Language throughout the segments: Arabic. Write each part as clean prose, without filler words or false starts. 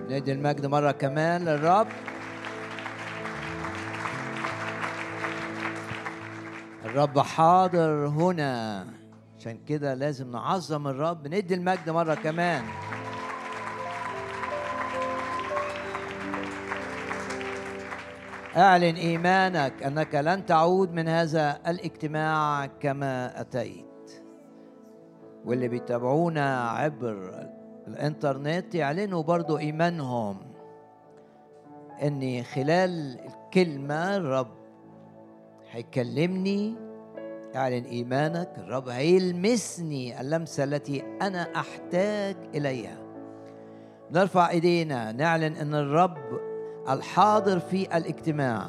ندي المجد مرة كمان للرب. الرب حاضر هنا، عشان كده لازم نعظم الرب. ندي المجد مرة كمان. اعلن إيمانك أنك لن تعود من هذا الاجتماع كما أتيت. واللي بيتابعونا عبر الانترنت يعلنوا برضو إيمانهم أني خلال الكلمة الرب هيكلمني. اعلن إيمانك، الرب هيلمسني اللمسة التي أنا أحتاج إليها. نرفع إيدينا نعلن أن الرب الحاضر في الاجتماع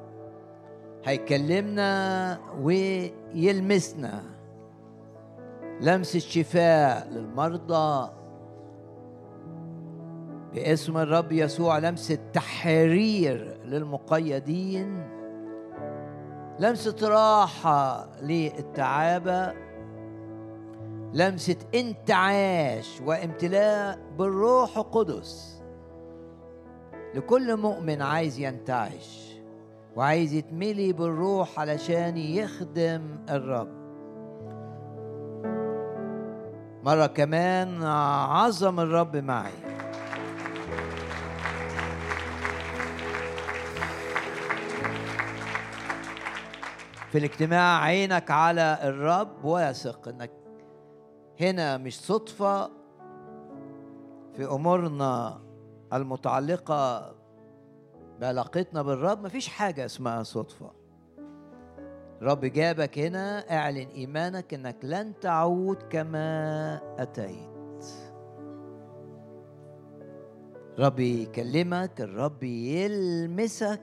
هيكلمنا ويلمسنا. لمسة شفاء للمرضى باسم الرب يسوع، لمسة تحرير للمقيدين، لمسة راحة للتعابة، لمسة انتعاش وامتلاء بالروح القدس لكل مؤمن عايز ينتعش وعايز يتملي بالروح علشان يخدم الرب. مرة كمان عظم الرب معي. في الاجتماع عينك على الرب، واثق انك هنا مش صدفة في امورنا المتعلقة بعلاقتنا بالرب. مفيش حاجة اسمها صدفة. رب جابك هنا. اعلن ايمانك انك لن تعود كما اتيت. رب يكلمك، الرب يلمسك.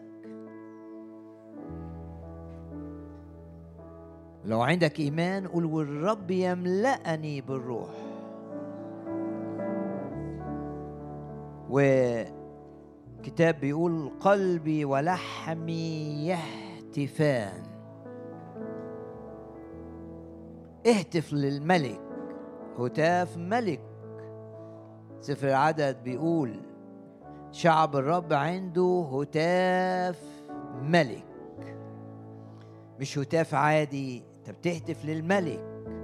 لو عندك ايمان قول والرب يملأني بالروح. وكتاب بيقول قلبي ولحمي يهتفان. اهتف للملك، هتاف ملك. سفر العدد بيقول شعب الرب عنده هتاف ملك، مش هتاف عادي. انت بتهتف للملك،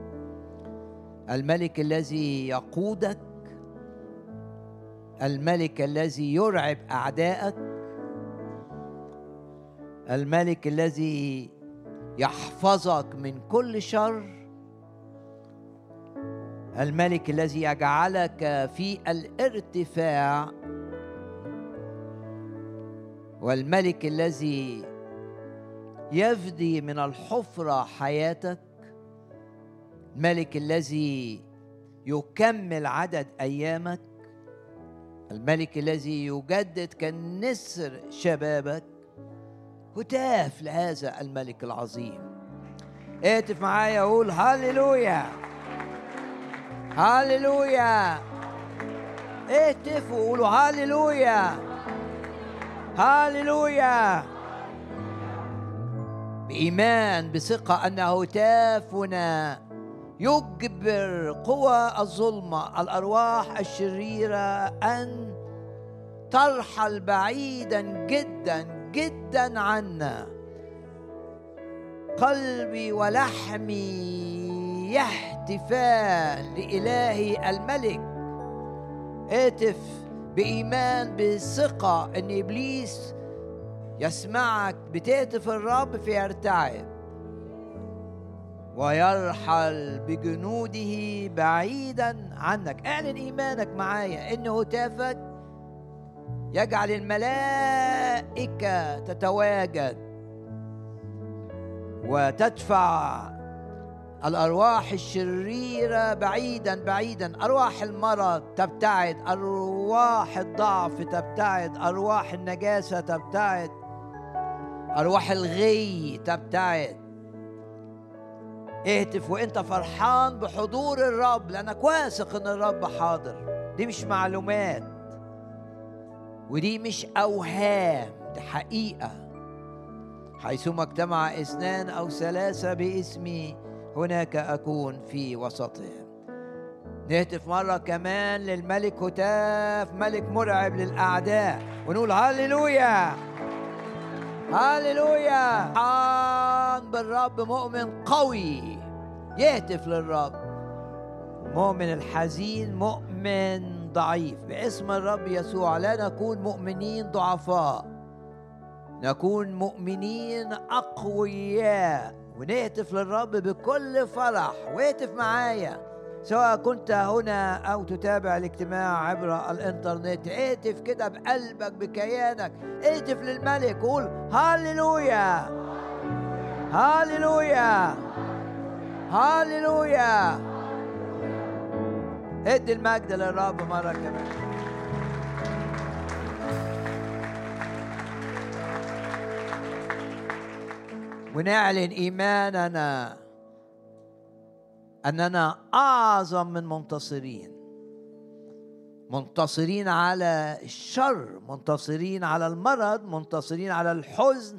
الملك الذي يقودك، الملك الذي يرعب أعدائك، الملك الذي يحفظك من كل شر، الملك الذي يجعلك في الارتفاع، والملك الذي يفدي من الحفرة حياتك، الملك الذي يكمل عدد أيامك، الملك الذي يجدد كالنسر شبابك. هتاف لهذا الملك العظيم. اهتف معايا قول هاليلويا هاليلويا. اهتفوا وقولوا هاليلويا هاليلويا بإيمان بثقة أن هتافنا يجبر قوى الظلمة، الأرواح الشريرة أن ترحل بعيدا جدا جدا عنا. قلبي ولحمي يهتفان لإلهي الملك. اهتف بإيمان بثقة أن إبليس يسمعك بتهتف الرب فيرتعب ويرحل بجنوده بعيدا عنك. اعلن إيمانك معايا إن هتافك يجعل الملائكة تتواجد وتدفع الأرواح الشريرة بعيدا بعيدا. أرواح المرض تبتعد، أرواح الضعف تبتعد، أرواح النجاسة تبتعد، أرواح الغي تبتعد. اهتف وانت فرحان بحضور الرب، لأنك واثق ان الرب حاضر. دي مش معلومات ودي مش أوهام، دي حقيقة. حيثما اجتمع 2 أو 3 باسمي هناك أكون في وسطهم. نهتف مرة كمان للملك هتاف، ملك مرعب للأعداء، ونقول هاليلويا هاليلويا. فرحان بالرب، مؤمن قوي يهتف للرب. مؤمن الحزين مؤمن ضعيف. باسم الرب يسوع لا نكون مؤمنين ضعفاء، نكون مؤمنين أقوياء، ونهتف للرب بكل فرح. واهتف معايا سواء كنت هنا أو تتابع الاجتماع عبر الإنترنت. اهتف كده بقلبك بكيانك، اهتف للملك، قول هاليلويا هاليلويا هاليلويا. ادي المجد للرب مرة كمان. ونعلن إيماننا أننا أعظم من منتصرين، منتصرين على الشر، منتصرين على المرض، منتصرين على الحزن،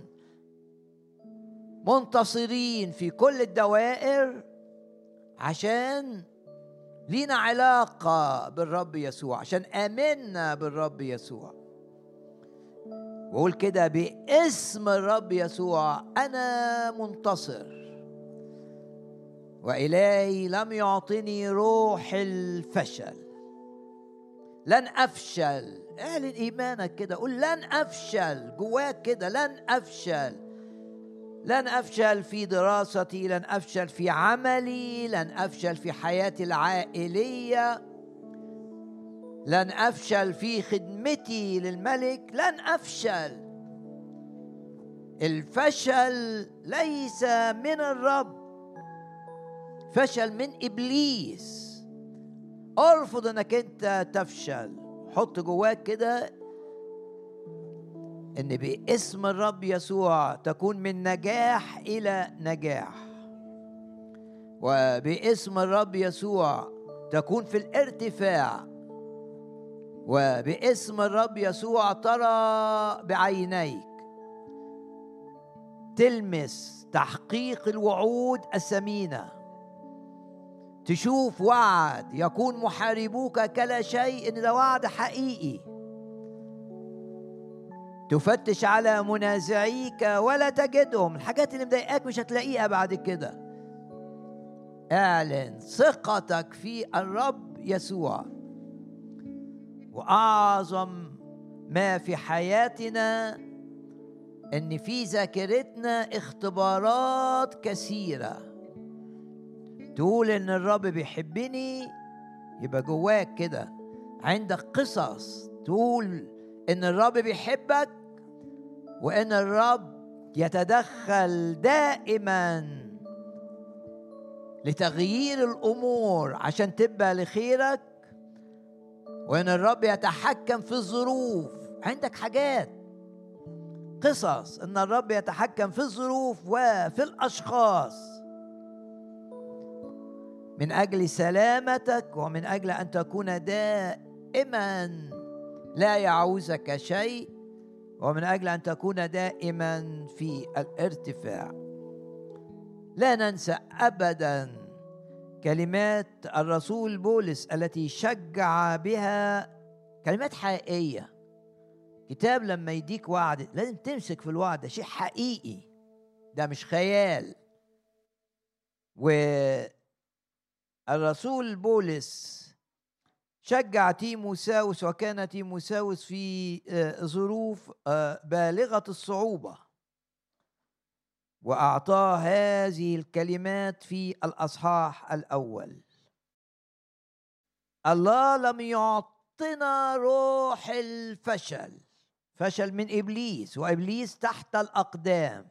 منتصرين في كل الدوائر، عشان لينا علاقة بالرب يسوع، عشان آمنا بالرب يسوع. وقول كده باسم الرب يسوع أنا منتصر، وإلهي لم يعطني روح الفشل. لن أفشل. اعلن إيمانك كده، قول لن أفشل جواك كده، لن أفشل. لن أفشل في دراستي، لن أفشل في عملي، لن أفشل في حياتي العائلية، لن أفشل في خدمتي للملك، لن أفشل. الفشل ليس من الرب، فشل من إبليس. ارفض انك انت تفشل. حط جواك كده ان باسم الرب يسوع تكون من نجاح الى نجاح، وباسم الرب يسوع تكون في الارتفاع، وباسم الرب يسوع ترى بعينيك، تلمس تحقيق الوعود الثمينة، تشوف وعد يكون محاربوك كلا شيء، إن ده وعد حقيقي. تفتش على منازعيك ولا تجدهم. الحاجات اللي مضايقاك مش هتلاقيها بعد كده. اعلن ثقتك في الرب يسوع. وأعظم ما في حياتنا إن في ذاكرتنا اختبارات كثيرة. تقول إن الرب بيحبني، يبقى جواك كده عندك قصص تقول إن الرب بيحبك، وإن الرب يتدخل دائما لتغيير الأمور عشان تبقى لخيرك، وإن الرب يتحكم في الظروف. عندك حاجات، قصص إن الرب يتحكم في الظروف وفي الأشخاص من أجل سلامتك، ومن أجل أن تكون دائما لا يعوزك شيء، ومن أجل أن تكون دائما في الارتفاع. لا ننسى أبدا كلمات الرسول بولس التي شجع بها، كلمات حقيقية. كتاب لما يديك وعد لازم تمسك في الوعد، ده شيء حقيقي، ده مش خيال. والرسول بولس شجع تيموثاوس، وكان تيموثاوس في ظروف بالغة الصعوبة، وأعطاه هذه الكلمات في الأصحاح الأول: الله لم يعطنا روح الفشل. فشل من إبليس، وإبليس تحت الأقدام.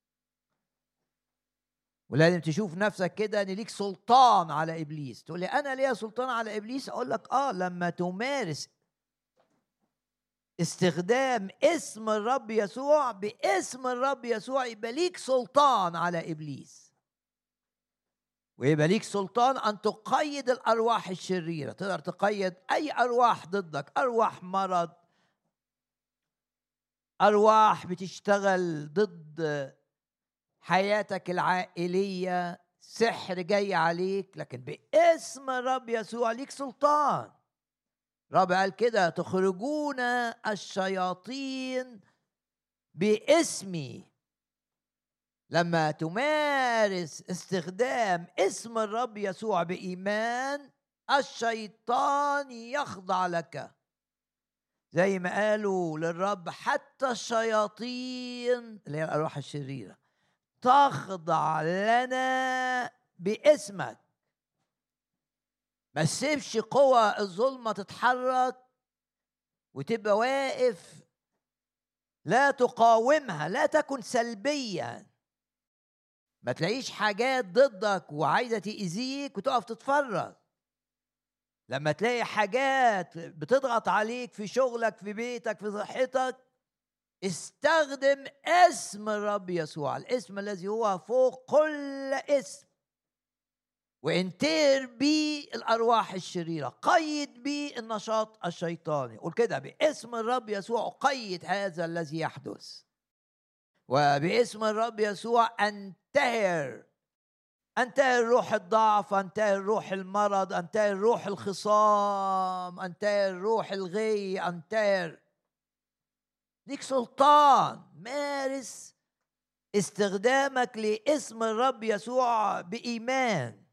ولازم تشوف نفسك كده ان ليك سلطان على ابليس. تقول لي انا ليا سلطان على ابليس؟ اقول لك لما تمارس استخدام اسم الرب يسوع، باسم الرب يسوع يبقى ليك سلطان على ابليس، ويبقى ليك سلطان ان تقيد الارواح الشريره. تقدر تقيد اي ارواح ضدك، ارواح مرض، ارواح بتشتغل ضد حياتك العائليه، سحر جاي عليك، لكن باسم الرب يسوع ليك سلطان. الرب قال كده: تخرجون الشياطين باسمي. لما تمارس استخدام اسم الرب يسوع بإيمان، الشيطان يخضع لك. زي ما قالوا للرب: حتى الشياطين اللي هي الأرواح الشريرة تخضع لنا باسمك. ما تسيبش قوى الظلمة تتحرك وتبقى واقف، لا تقاومها، لا تكن سلبيا. ما تلاقيش حاجات ضدك وعايزة تأذيك وتقف تتفرج. لما تلاقي حاجات بتضغط عليك في شغلك، في بيتك، في صحتك، استخدم اسم الرب يسوع، الاسم الذي هو فوق كل اسم، وانتهر بيه الأرواح الشريرة، قيد بيه النشاط الشيطاني. قول كده: باسم الرب يسوع قيد هذا الذي يحدث، وباسم الرب يسوع انتهر روح الضعف، انتهر روح المرض، انتهر روح الخصام، انتهر روح الغي، انتهر. ليك سلطان. مارس استخدامك لاسم الرب يسوع بإيمان.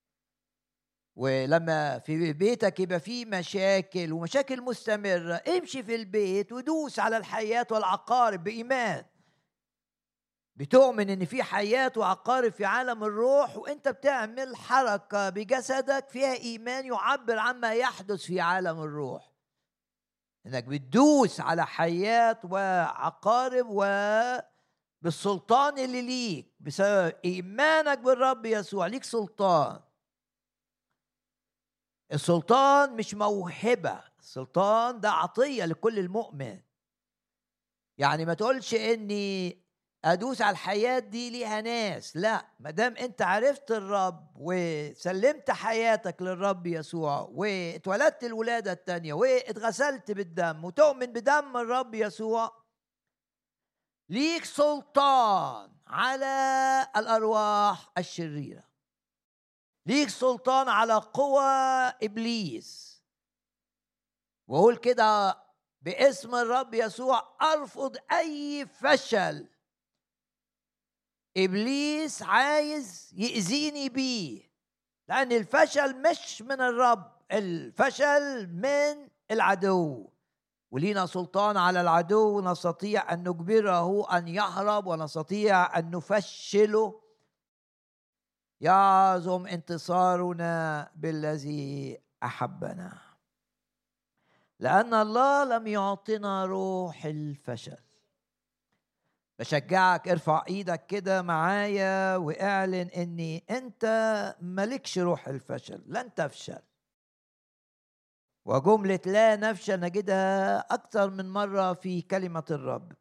ولما في بيتك يبقى فيه مشاكل ومشاكل مستمرة، امشي في البيت ودوس على الحياة والعقارب بإيمان. بتؤمن ان في حياة وعقارب في عالم الروح، وانت بتعمل حركة بجسدك فيها ايمان يعبر عما يحدث في عالم الروح. انك بتدوس على حياة وعقارب وبالسلطان اللي ليك بسبب ايمانك بالرب يسوع. ليك سلطان. السلطان مش موهبة، السلطان ده عطية لكل المؤمن. يعني ما تقولش اني ادوس على الحياة دي ليها ناس، لا. ما دام انت عرفت الرب وسلمت حياتك للرب يسوع واتولدت الولادة التانية واتغسلت بالدم وتؤمن بدم الرب يسوع، ليك سلطان على الارواح الشريرة، ليك سلطان على قوى ابليس. وقول كده: باسم الرب يسوع ارفض اي فشل إبليس عايز يأذيني بيه، لأن الفشل مش من الرب، الفشل من العدو. ولينا سلطان على العدو، نستطيع أن نجبره أن يهرب ونستطيع أن نفشله. يعظم انتصارنا بالذي أحبنا، لأن الله لم يعطنا روح الفشل. بشجعك ارفع ايدك كده معايا واعلن اني انت مالكش روح الفشل، لن تفشل. وجملة لا نفشل نجدها اكثر من مرة في كلمة الرب.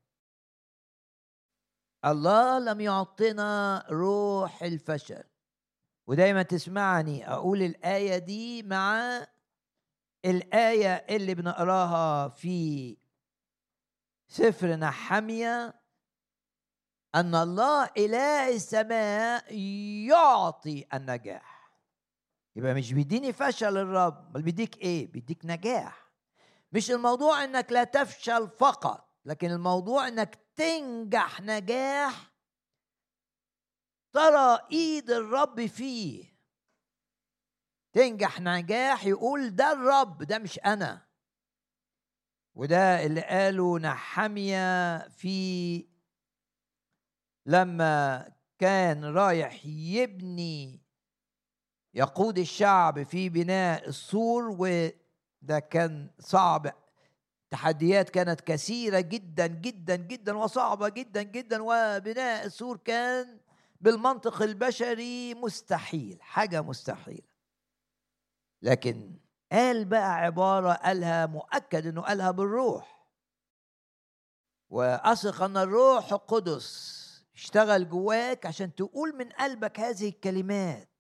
الله لم يعطنا روح الفشل. ودايما تسمعني اقول الآية دي مع الآية اللي بنقراها في سفر نحمية، أن الله إله السماء يعطي النجاح. يبقى مش بيديني فشل الرب، بل بيديك إيه؟ بيديك نجاح. مش الموضوع إنك لا تفشل فقط، لكن الموضوع إنك تنجح نجاح ترى إيد الرب فيه. تنجح نجاح يقول ده الرب، ده مش أنا. وده اللي قاله نحمية في لما كان رايح يبني يقود الشعب في بناء السور، وده كان صعب. تحديات كانت كثيرة جدا جدا جدا وصعبة جدا جدا، وبناء السور كان بالمنطق البشري مستحيل، حاجة مستحيل. لكن قال بقى عبارة قالها مؤكد انه قالها بالروح، وأثق أن الروح القدس اشتغل جواك عشان تقول من قلبك هذه الكلمات: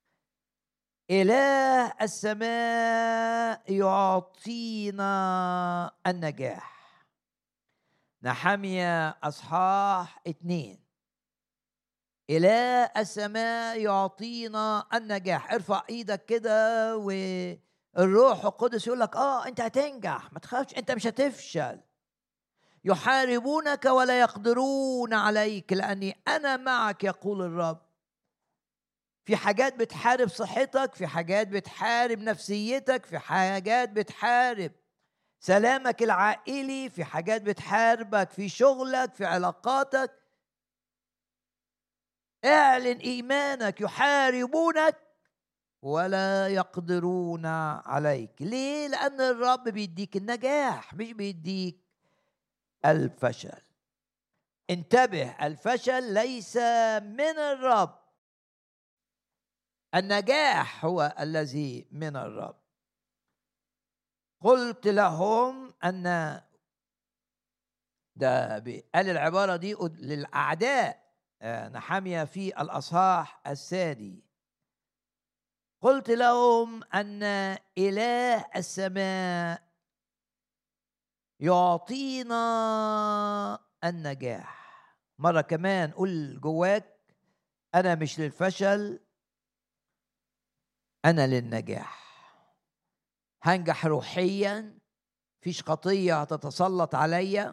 إله السماء يعطينا النجاح. نحمية أصحاح 2. إله السماء يعطينا النجاح. ارفع ايدك كده، والروح القدس يقول لك انت هتنجح، ما تخافش، انت مش هتفشل. يحاربونك ولا يقدرون عليك لأني أنا معك يقول الرب. في حاجات بتحارب صحتك، في حاجات بتحارب نفسيتك، في حاجات بتحارب سلامك العائلي، في حاجات بتحاربك في شغلك، في علاقاتك. اعلن إيمانك. يحاربونك ولا يقدرون عليك. ليه؟ لأن الرب بيديك النجاح، مش بيديك الفشل. انتبه، الفشل ليس من الرب، النجاح هو الذي من الرب. قلت لهم أن ده قال العبارة دي للأعداء، نحمية في الأصحاح الثاني. قلت لهم أن إله السماء يعطينا النجاح. مرة كمان قل جواك، أنا مش للفشل، أنا للنجاح. هنجح روحيا، فيش خطية هتتسلط عليا،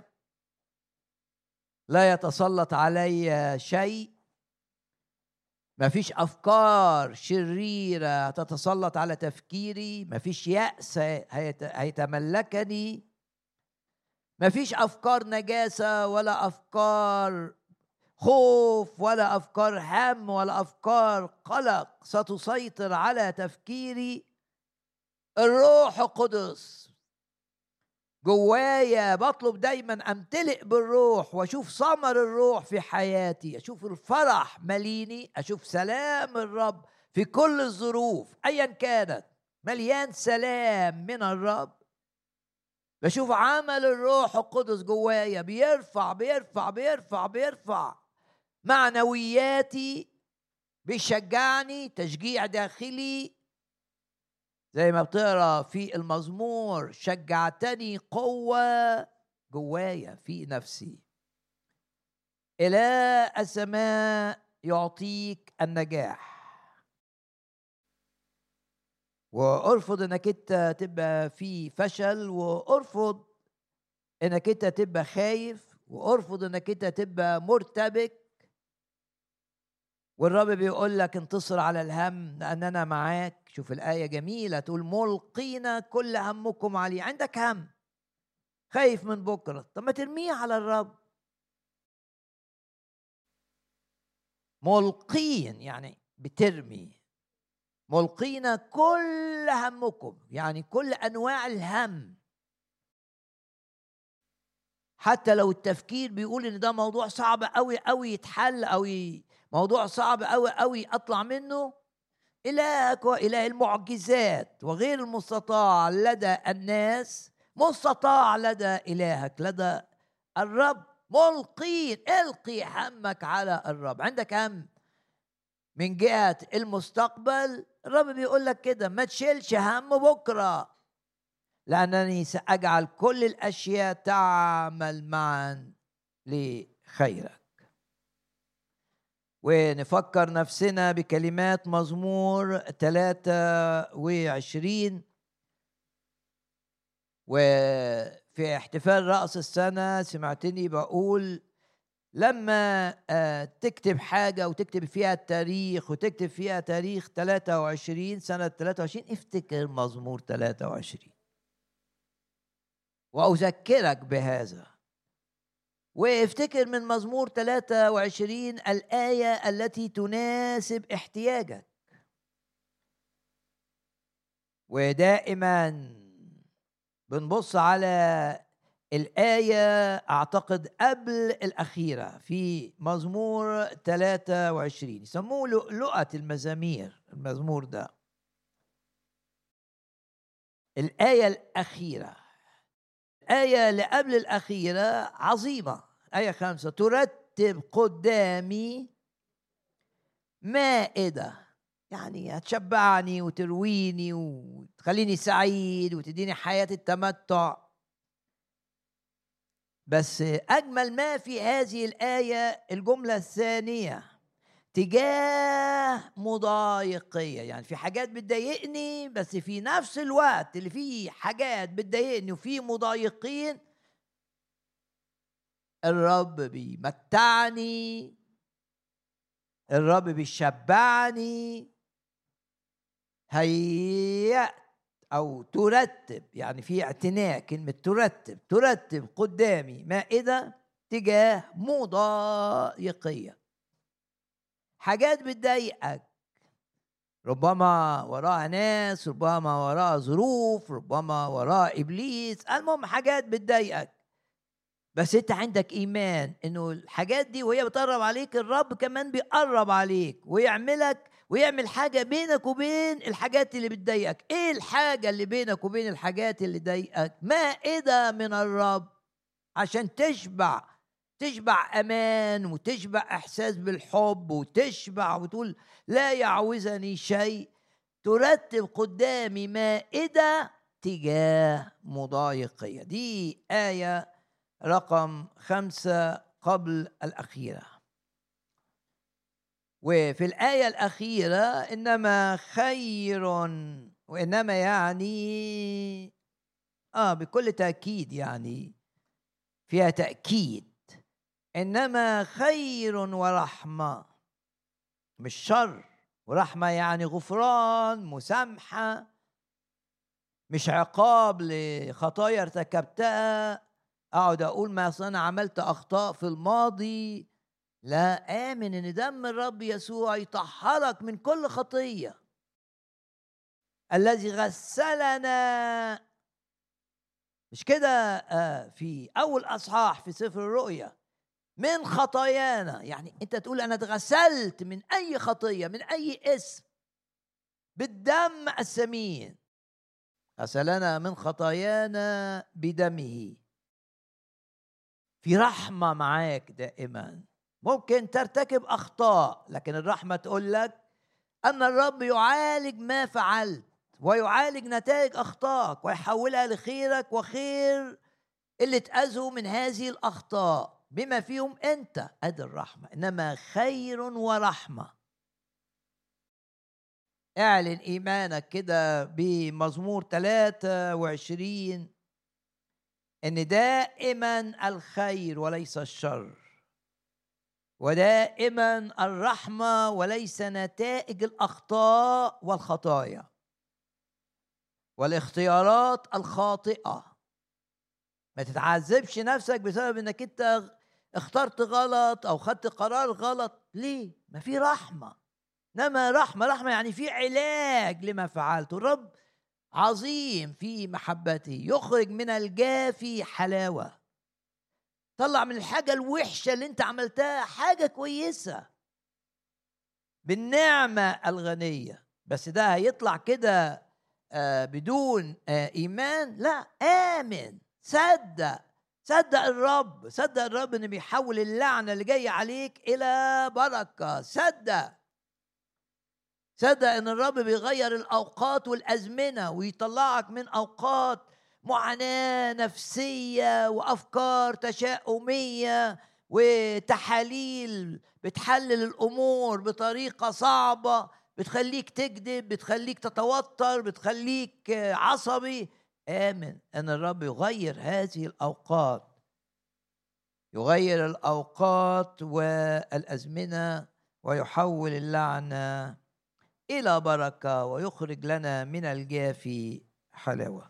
لا يتسلط علي شيء، ما فيش أفكار شريرة تتسلط على تفكيري، ما فيش يأس هيتملكني، ما فيش أفكار نجاسة ولا أفكار خوف ولا أفكار هم ولا أفكار قلق ستسيطر على تفكيري. الروح القدس جوايا، بطلب دايما امتلئ بالروح واشوف ثمر الروح في حياتي، اشوف الفرح مليني، اشوف سلام الرب في كل الظروف ايا كانت، مليان سلام من الرب. بشوف عمل الروح القدس جوايا بيرفع بيرفع بيرفع بيرفع معنوياتي، بيشجعني تشجيع داخلي، زي ما بتقرا في المزمور شجعتني قوة جوايا في نفسي. إله السماء يعطيك النجاح. وارفض انك انت تبقى في فشل، وارفض انك انت تبقى خايف، وارفض انك انت تبقى مرتبك. والرب بيقول لك انتصر على الهم لأن أنا معاك. شوف الآية جميلة تقول ملقين كل همكم عليه. عندك هم، خايف من بكرة، طب ما ترميه على الرب. ملقين يعني بترمي، ملقين كل همكم يعني كل أنواع الهم. حتى لو التفكير بيقول إن ده موضوع صعب قوي قوي يتحل، أو موضوع صعب قوي قوي أطلع منه، إلهك وإله المعجزات وغير المستطاع لدى الناس مستطاع لدى إلهك، لدى الرب. ملقين، القي همك على الرب. عندك هم من جهة المستقبل، الرب بيقول لك كده ما تشيلش هم بكرة، لأنني سأجعل كل الأشياء تعمل معا لخيرك. ونفكر نفسنا بكلمات مزمور 23. وفي احتفال رأس السنة سمعتني بقول لما تكتب حاجة وتكتب فيها التاريخ، وتكتب فيها تاريخ 23 سنة 23، افتكر مزمور 23 وأذكرك بهذا. وافتكر من مزمور 23 الآية التي تناسب احتياجك. ودائما بنبص على الآية أعتقد قبل الأخيرة في مزمور 23، يسموه لؤلؤة المزامير. المزمور ده الآية الأخيرة، الآية اللي قبل الأخيرة عظيمة. آية 5 ترتب قدامي مائدة، يعني هتشبعني وترويني وتخليني سعيد وتديني حياة التمتع. بس أجمل ما في هذه الآية الجملة الثانية، تجاه مضايقية. يعني في حاجات بتضايقني، بس في نفس الوقت اللي فيه حاجات بتضايقني وفي مضايقين، الرب بيمتعني، الرب بيشبعني. هيأت أو ترتب، يعني في اعتناء، كلمة ترتب قدامي مائدة تجاه مضايقية. حاجات بتضايقك، ربما وراء ناس، ربما وراء ظروف، ربما وراء إبليس، المهم حاجات بتضايقك، بس انت عندك ايمان انه الحاجات دي وهي بتقرب عليك، الرب كمان بيقرب عليك ويعمل حاجة بينك وبين الحاجات اللي بتضايقك. ايه الحاجة اللي بينك وبين الحاجات اللي ضايقك؟ مائدة من الرب، عشان تشبع امان، وتشبع احساس بالحب، وتشبع وتقول لا يعوزني شيء. ترتب قدامي مائدة تجاه مضايقية. دي آية رقم 5 قبل الأخيرة. وفي الآية الأخيرة إنما خير، وإنما يعني بكل تأكيد، يعني فيها تأكيد، إنما خير ورحمة مش شر. ورحمة يعني غفران، مسامحة، مش عقاب لخطايا ارتكبتها. اقعد اقول ما أصل انا عملت اخطاء في الماضي. لا، امن ان دم الرب يسوع يطهرك من كل خطيه. الذي غسلنا، مش كده؟ في اول اصحاح في سفر الرؤيا، من خطايانا. يعني انت تقول انا اتغسلت من اي خطيه، من اي اسم، بالدم الثمين. غسلنا من خطايانا بدمه. في رحمة معاك دائما. ممكن ترتكب أخطاء، لكن الرحمة تقول لك أن الرب يعالج ما فعلت، ويعالج نتائج أخطائك، ويحولها لخيرك وخير اللي اتأذوا من هذه الأخطاء بما فيهم أنت. أدي الرحمة، إنما خير ورحمة. اعلن إيمانك كده بمزمور 23 إن دائما الخير وليس الشر، ودائما الرحمة وليس نتائج الأخطاء والخطايا والاختيارات الخاطئة. ما تتعذبش نفسك بسبب انك انت اخترت غلط او خدت قرار غلط. ليه؟ ما في رحمة. انما رحمة يعني في علاج لما فعلته. الرب عظيم في محبته، يخرج من الجافي حلاوة. طلع من الحاجة الوحشة اللي انت عملتها حاجة كويسة بالنعمة الغنية. بس ده هيطلع كده بدون إيمان؟ لا، آمن، صدق الرب إنه بيحول اللعنة اللي جاية عليك إلى بركة. صدق إن الرب بيغير الأوقات والأزمنة، ويطلعك من أوقات معاناة نفسية وأفكار تشاؤمية وتحاليل بتحلل الأمور بطريقة صعبة، بتخليك تكذب، بتخليك تتوتر، بتخليك عصبي. آمن أن الرب يغير هذه الأوقات، يغير الأوقات والأزمنة، ويحول اللعنة إلى بركة، ويخرج لنا من الجافي حلاوة.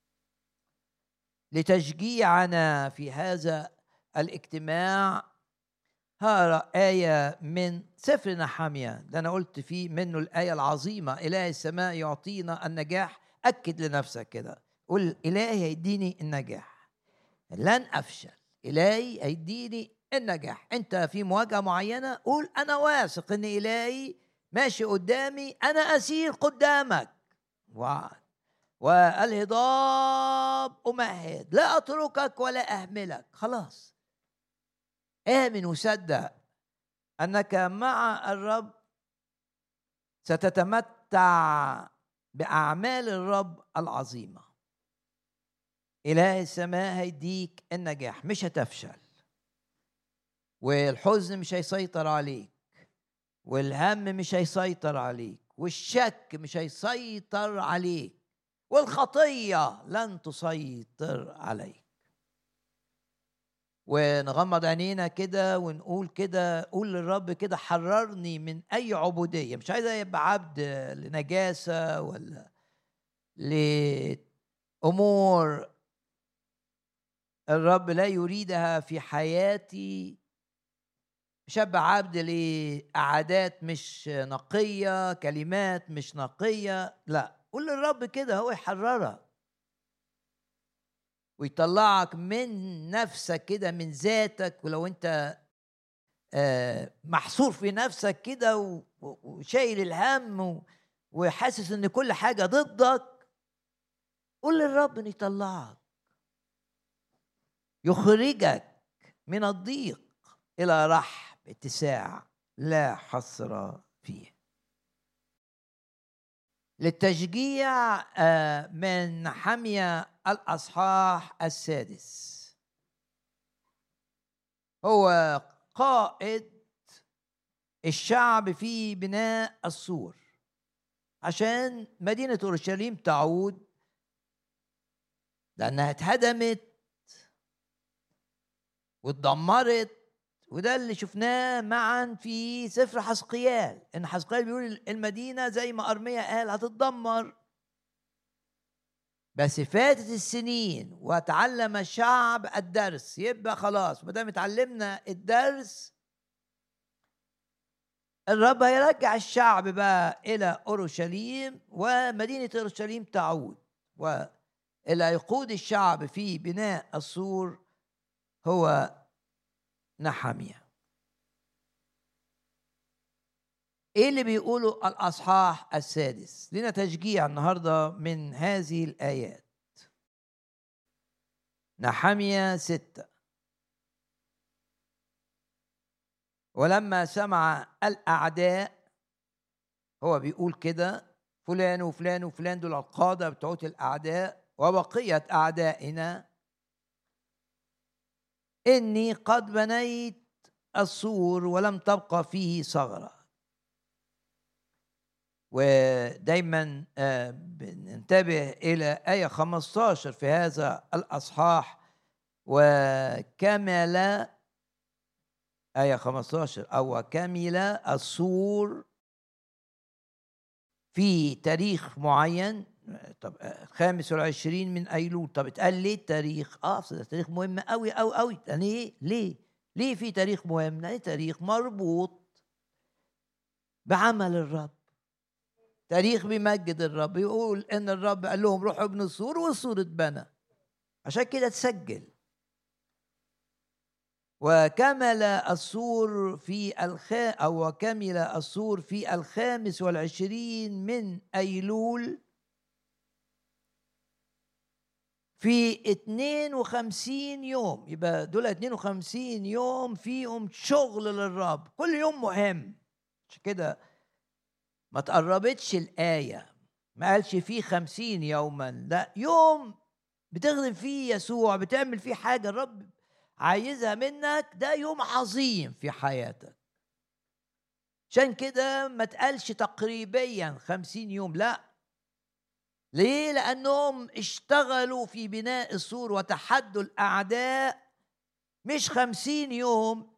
لتشجيعنا في هذا الاجتماع هقرأ آية من سفر نحميا، ده أنا قلت فيه منه الآية العظيمة: إله السماء يعطينا النجاح. أكد لنفسك كده، قل إلهي هيديني النجاح، لن أفشل. إلهي هيديني النجاح. أنت في مواجهة معينة، قول أنا واثق إن إلهي ماشي قدامي، أنا أسير قدامك. والهضاب أمهد، لا أتركك ولا أهملك. خلاص، آمن وصدق أنك مع الرب ستتمتع بأعمال الرب العظيمة. إله السماء هيديك النجاح، مش هتفشل، والحزن مش هيسيطر عليك، والهم مش هيسيطر عليك، والشك مش هيسيطر عليك، والخطية لن تسيطر عليك. ونغمض عينينا كده ونقول كده، قول للرب كده: حررني من أي عبودية. مش عايز يبقى عبد لنجاسة ولا لأمور الرب لا يريدها في حياتي، مش هبقى عبد لعادات مش نقية، كلمات مش نقية. لا، قول للرب كده، هو يحررك ويطلعك من نفسك كده، من ذاتك. ولو انت محصور في نفسك كده وشايل الهم وحاسس ان كل حاجة ضدك، قول للرب ان يطلعك، يخرجك من الضيق إلى رحب اتساع لا حصر فيه. للتشجيع من نحميا الأصحاح 6. هو قائد الشعب في بناء السور عشان مدينة أورشليم تعود، لأنها اتهدمت واتدمرت. وده اللي شفناه معا في سفر حزقيال، ان حزقيال بيقول المدينة زي ما أرميا قال هتتدمر، بس فاتت السنين وتعلم الشعب الدرس. يبقى خلاص ما دام اتعلمنا الدرس، الرب هيرجع الشعب بقى إلى أورشليم، ومدينة أورشليم تعود. واللي يقود الشعب في بناء السور هو نحميا. ايه اللي بيقوله الأصحاح 6؟ لنا تشجيع النهاردة من هذه الآيات. نحميا 6: ولما سمع الأعداء، هو بيقول كده فلان وفلان وفلان دول القادة بتوع الأعداء وبقية أعدائنا، إني قد بنيت السور ولم تبقى فيه ثغرة. ودايما بننتبه إلى آية 15 في هذا الأصحاح: وكمل، آية 15، أو كمل السور في تاريخ معين. طب 25 من أيلول. طب اتقال ليه التاريخ؟ ده تاريخ مهم قوي قوي قوي. يعني ليه في تاريخ مهم؟ لأن تاريخ مربوط بعمل الرب، تاريخ بيمجد الرب. يقول ان الرب قال لهم روحوا ابنوا السور، والسور اتبنى، عشان كده تسجل. وكمل السور في وكمل السور في 25 من أيلول، في 52 يوم. يبقى دول 52 يوم فيهم شغل للرب، كل يوم مهم. عشان كده ما تقربتش الآية، ما قالش فيه 50 يوما، لا، يوم بتخدم فيه يسوع، بتعمل فيه حاجة الرب عايزها منك، ده يوم عظيم في حياتك. عشان كده ما تقالش تقريبيا 50 يوم، لا. ليه؟ لأنهم اشتغلوا في بناء السور وتحدوا الأعداء، مش 50 يوم،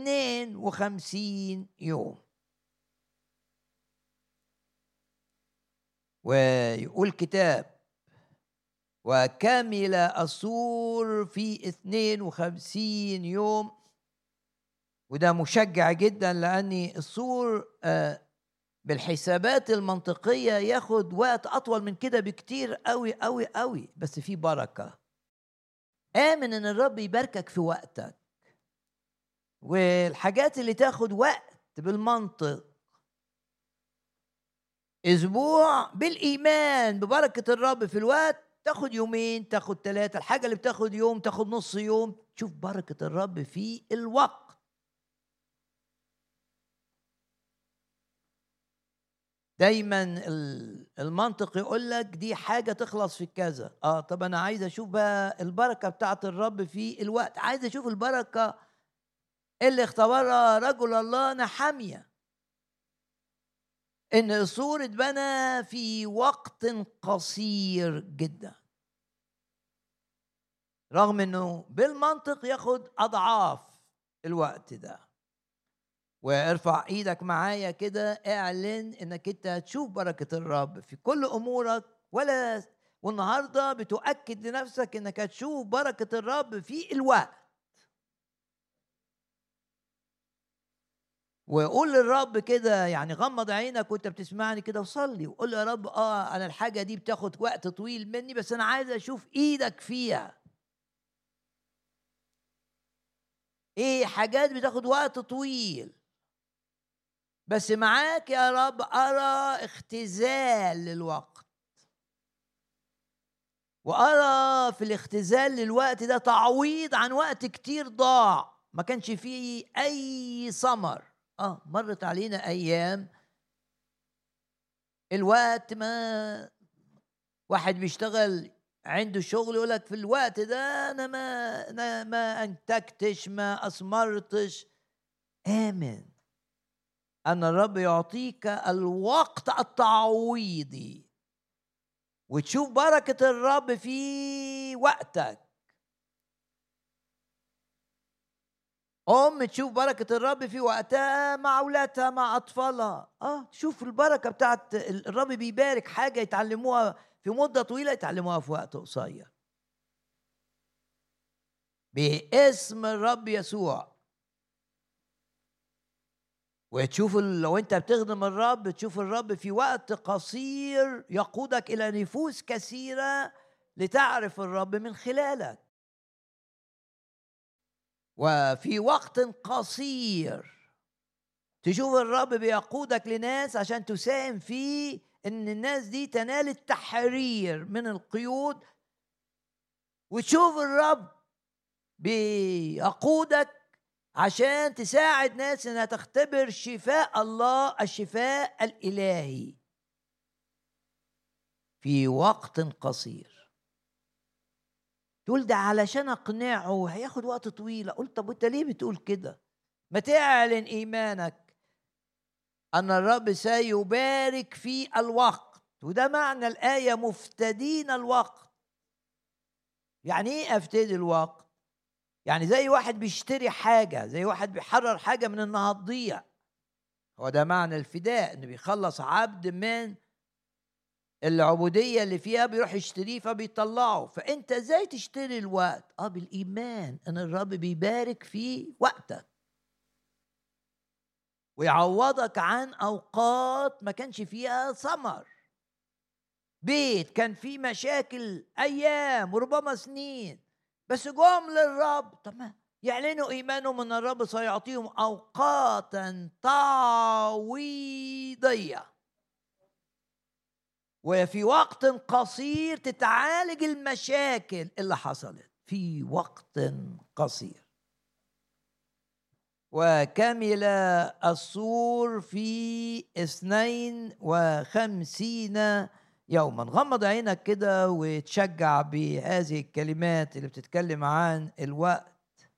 52 يوم. ويقول كتاب: وكمل السور في 52 يوم. وده مشجع جدا، لأن السور بالحسابات المنطقية ياخد وقت أطول من كده بكتير قوي قوي قوي، بس في بركة. آمن إن الرب يباركك في وقتك. والحاجات اللي تاخد وقت بالمنطق، أسبوع بالإيمان ببركة الرب في الوقت، تاخد يومين، تاخد 3. الحاجة اللي بتاخد يوم تاخد نص يوم. تشوف بركة الرب في الوقت. دايما المنطق يقول لك دي حاجة تخلص في كذا. طب أنا عايز أشوف بقى البركة بتاعت الرب في الوقت، عايز أشوف البركة اللي اختبرها رجل الله نحميا. ان السور اتبنى في وقت قصير جدا، رغم انه بالمنطق ياخد اضعاف الوقت ده. وارفع ايدك معايا كده، اعلن انك انت هتشوف بركة الرب في كل امورك، والنهارده بتؤكد لنفسك انك هتشوف بركة الرب في الوقت. وقول للرب كده، يعني غمض عينك وانت بتسمعني كده وصلي وقول يا رب انا الحاجة دي بتاخد وقت طويل مني، بس انا عايز اشوف ايدك فيها. ايه حاجات بتاخد وقت طويل، بس معاك يا رب ارى اختزال للوقت، وارى في الاختزال للوقت ده تعويض عن وقت كتير ضاع ما كانش فيه اي ثمر. مرت علينا ايام الوقت، ما واحد بيشتغل عنده شغل يقولك في الوقت ده أنا ما انتجتش، ما اثمرتش. امن ان الرب يعطيك الوقت التعويضي، وتشوف بركة الرب في وقتك. تشوف بركة الرب في وقتها مع أولادها، مع أطفالها. تشوف البركة بتاعت الرب، بيبارك حاجة يتعلموها في مدة طويلة، يتعلموها في وقت قصير باسم الرب يسوع. وتشوف لو انت بتخدم الرب، تشوف الرب في وقت قصير يقودك إلى نفوس كثيرة لتعرف الرب من خلالك. وفي وقت قصير تشوف الرب بيقودك لناس عشان تساهم في ان الناس دي تنال التحرير من القيود. وتشوف الرب بيقودك عشان تساعد ناس انها تختبر شفاء الله، الشفاء الالهي في وقت قصير. تقول ده علشان اقنعه هياخد وقت طويل. قلت طب وانت ليه بتقول كده؟ ما تعلن ايمانك أن الرب سيبارك في الوقت. وده معنى الآية مفتدين الوقت. يعني إيه أفتدي الوقت؟ يعني زي واحد بيشتري حاجة، زي واحد بيحرر حاجة من إنها تضيع. هو ده معنى الفداء، إنه بيخلص عبد من العبودية اللي فيها، بيروح يشتريه فبيطلعه. فأنت إزاي تشتري الوقت؟ بالإيمان أن الرب بيبارك في وقتك ويعوضك عن أوقات ما كانش فيها ثمر. بيت كان فيه مشاكل أيام وربما سنين، بس جم للرب. طب ما يعلنوا إيمانهم أن الرب سيعطيهم أوقاتا تعويضية، وفي وقت قصير تتعالج المشاكل اللي حصلت في وقت قصير. وكمل السور في 52 يوما. غمض عينك كده وتشجع بهذه الكلمات اللي بتتكلم عن الوقت،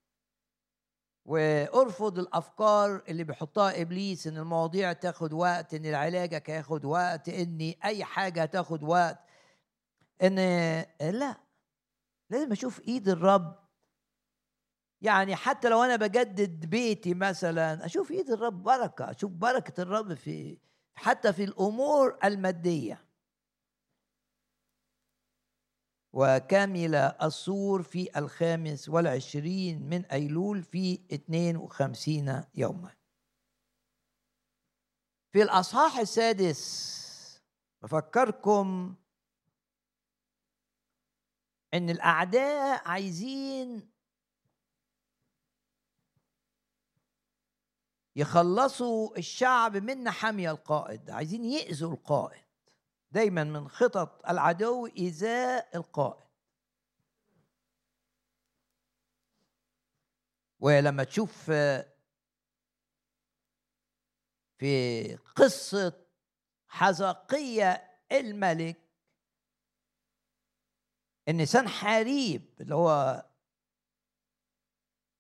وارفض الافكار اللي بيحطها ابليس ان المواضيع تاخد وقت، ان علاجك هياخد وقت، ان اي حاجه هتاخد وقت. ان لا، لازم اشوف ايد الرب. يعني حتى لو انا بجدد بيتي مثلا، اشوف ايد الرب بركه، اشوف بركه الرب في حتى في الامور الماديه. وكمل السور في 25 من أيلول في 52 يوما. في الأصحاح السادس بفكركم إن الأعداء عايزين يخلصوا الشعب من نحمية القائد، عايزين يأذوا القائد. دايما من خطط العدو إيذاء القائد. ولما تشوف في قصة حزقية الملك ان سنحاريب اللي هو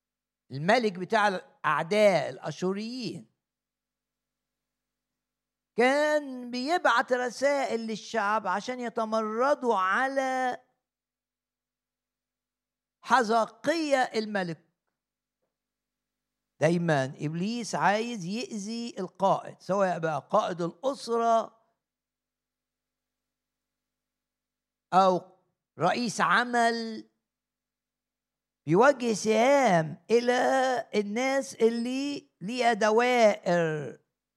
الملك بتاع الاعداء الاشوريين كان بيبعت رسائل للشعب عشان يتمردوا على حزقية الملك. دايما إبليس عايز يأذي القائد، سواء بقى قائد الأسرة أو رئيس عمل، بيوجه سهام إلى الناس اللي ليها دوائر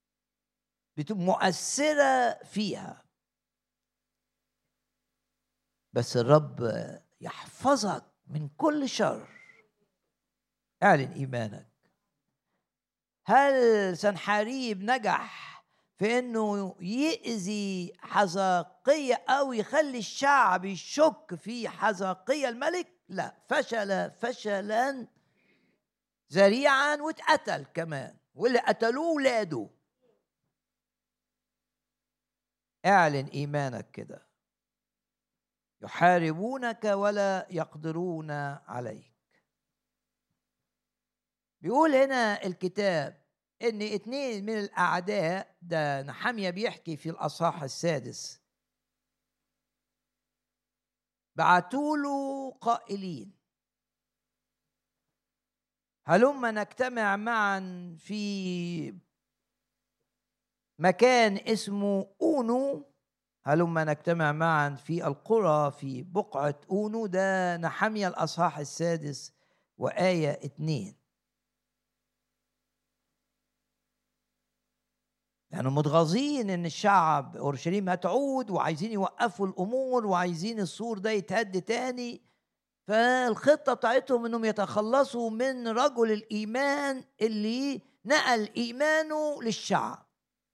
مؤثرة فيها. بس الرب يحفظك من كل شر. اعلن إيمانك. هل سنحاريب نجح في انه يأذي حزقية او يخلي الشعب يشك في حزقية الملك؟ لا، فشل فشلا ذريعا، واتقتل كمان، واللي قتلوه ولاده. اعلن ايمانك كده. يحاربونك ولا يقدرون عليك. بيقول هنا الكتاب ان 2 من الاعداء، ده نحمية بيحكي في الاصحاح 6، بعتوا له قائلين: هلما نجتمع معا في مكان اسمه أونو. هلما نجتمع معا في القرى في بقعة أونو. ده نحمية الأصحاح 6 وآية 2. يعني متغاظين ان الشعب اورشليم هتعود، وعايزين يوقفوا الامور، وعايزين السور ده يتهد تاني. فالخطة بتاعتهم انهم يتخلصوا من رجل الايمان اللي نقل ايمانه للشعب.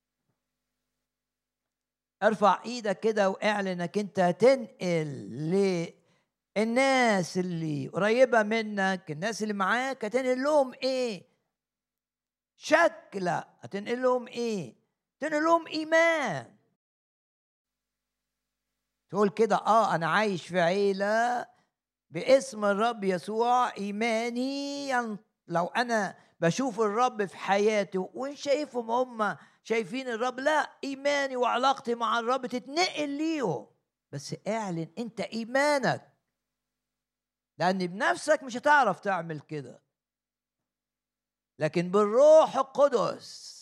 ارفع ايدك كده واعلن انك انت هتنقل للناس اللي قريبة منك، الناس اللي معاك، هتنقل لهم ايه؟ شك؟ لا، هتنقل لهم ايه؟ تنقل لهم ايمان. تقول كده: انا عايش في عيلة باسم الرب يسوع. ايماني لو انا بشوف الرب في حياتي وان شايفهم هم شايفين الرب، لا، ايماني وعلاقتي مع الرب تتنقل ليهم. بس اعلن انت ايمانك، لان بنفسك مش هتعرف تعمل كده، لكن بالروح القدس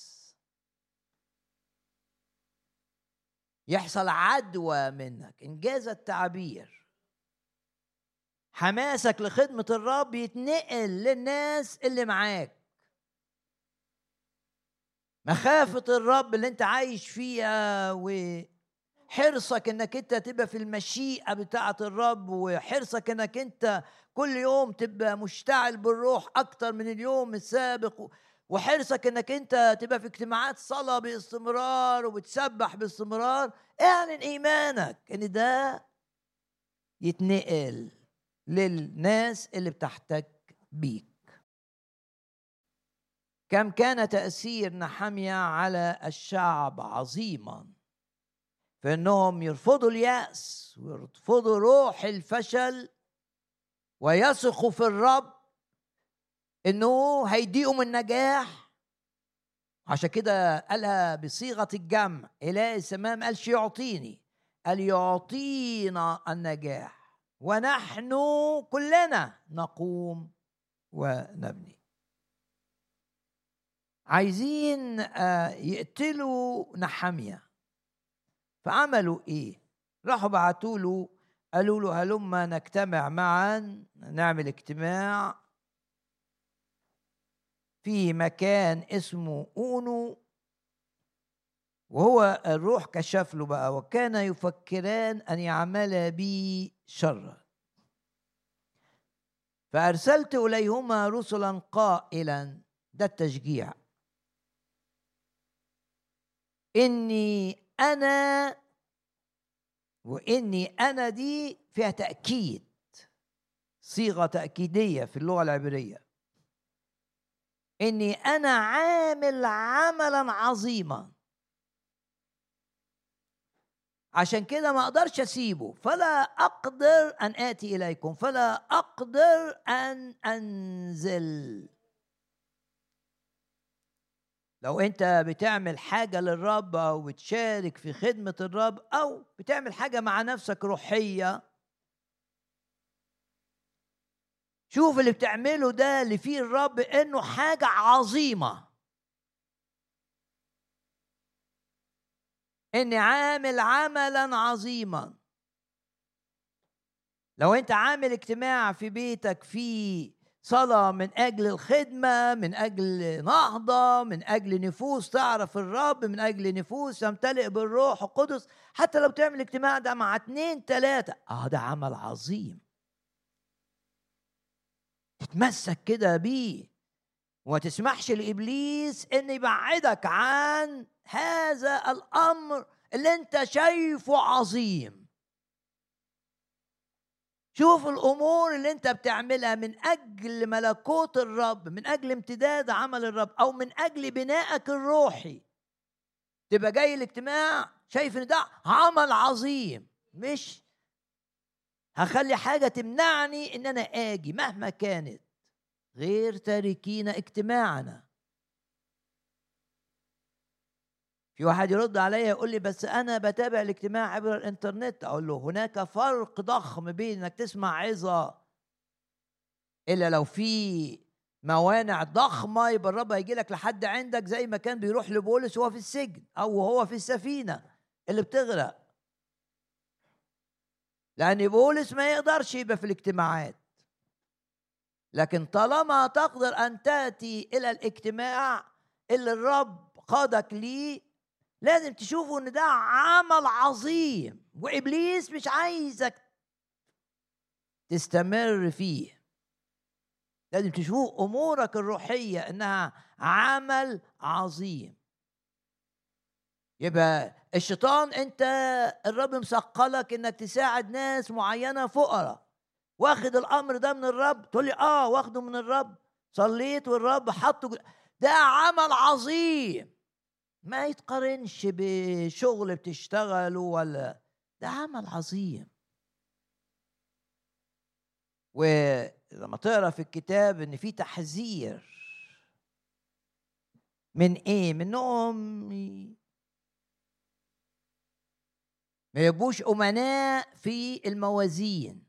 يحصل عدوى منك، انجاز التعبير. حماسك لخدمة الرب يتنقل للناس اللي معاك. مخافة الرب اللي انت عايش فيها، وحرصك انك انت تبقى في المشيئة بتاعة الرب، وحرصك انك انت كل يوم تبقى مشتعل بالروح اكتر من اليوم السابق، وحرصك انك انت تبقى في اجتماعات صلاة باستمرار وبتسبح باستمرار. اعلن ايمانك ان ده يتنقل للناس اللي بتحتك بيك. كم كان تأثير نحمية على الشعب عظيما في أنهم يرفضوا اليأس ويرفضوا روح الفشل، ويثقوا في الرب أنه هيديهم النجاح. عشان كده قالها بصيغة الجمع. إله السماء ما قالش يعطيني، قال يعطينا النجاح، ونحن كلنا نقوم ونبني. عايزين يقتلوا نحمية، فعملوا ايه؟ راحوا بعتوا له، قالوا له هلما نجتمع معا، نعمل اجتماع في مكان اسمه أونو. وهو الروح كشف له بقى: وكان يفكران أن يعمل بي شرا، فأرسلت إليهما رسلا قائلا، ده التشجيع، إني أنا. وإني أنا دي فيها تأكيد، صيغة تأكيدية في اللغة العبرية. إني أنا عامل عملا عظيما، عشان كده ما أقدرش أسيبه، فلا أقدر أن آتي إليكم، فلا أقدر أن أنزل. لو انت بتعمل حاجة للرب او بتشارك في خدمة الرب او بتعمل حاجة مع نفسك روحية، شوف اللي بتعمله ده اللي فيه الرب انه حاجة عظيمة، اني عامل عملا عظيما. لو انت عامل اجتماع في بيتك في صلاة من أجل الخدمة، من أجل نهضة، من أجل نفوس تعرف الرب، من أجل نفوس تمتلئ بالروح القدس، حتى لو تعمل اجتماع ده مع 2 3، ده عمل عظيم. تتمسك كده بيه وما تسمحش لإبليس إن يبعدك عن هذا الأمر اللي انت شايفه عظيم. شوف الأمور اللي أنت بتعملها من أجل ملكوت الرب، من أجل امتداد عمل الرب، أو من أجل بنائك الروحي. تبقى جاي الاجتماع شايف إن ده عمل عظيم، مش هخلي حاجة تمنعني إن أنا آجي مهما كانت. غير تاركين اجتماعنا. في واحد يرد عليا يقول لي بس أنا بتابع الاجتماع عبر الإنترنت. أقول له هناك فرق ضخم بين إنك تسمع عظة، إلا لو في موانع ضخمة يبقى الرب هيجي لك لحد عندك، زي ما كان بيروح لبولس وهو في السجن أو وهو في السفينة اللي بتغرق، لأن بولس ما يقدرش يبقى في الاجتماعات. لكن طالما تقدر أن تأتي إلى الاجتماع اللي الرب قادك ليه، لازم تشوفوا إن ده عمل عظيم، وإبليس مش عايزك تستمر فيه. لازم تشوف أمورك الروحية إنها عمل عظيم. يبقى الشيطان أنت الرب مسقلك إنك تساعد ناس معينة فقراء، واخد الأمر ده من الرب. تقول لي واخده من الرب، صليت والرب حطه. ده عمل عظيم ما يتقارنش بشغل بتشتغله، ولا ده عمل عظيم. ولما تقرا في الكتاب ان في تحذير من ايه؟ من انهم ما يبقوش امناء في الموازين.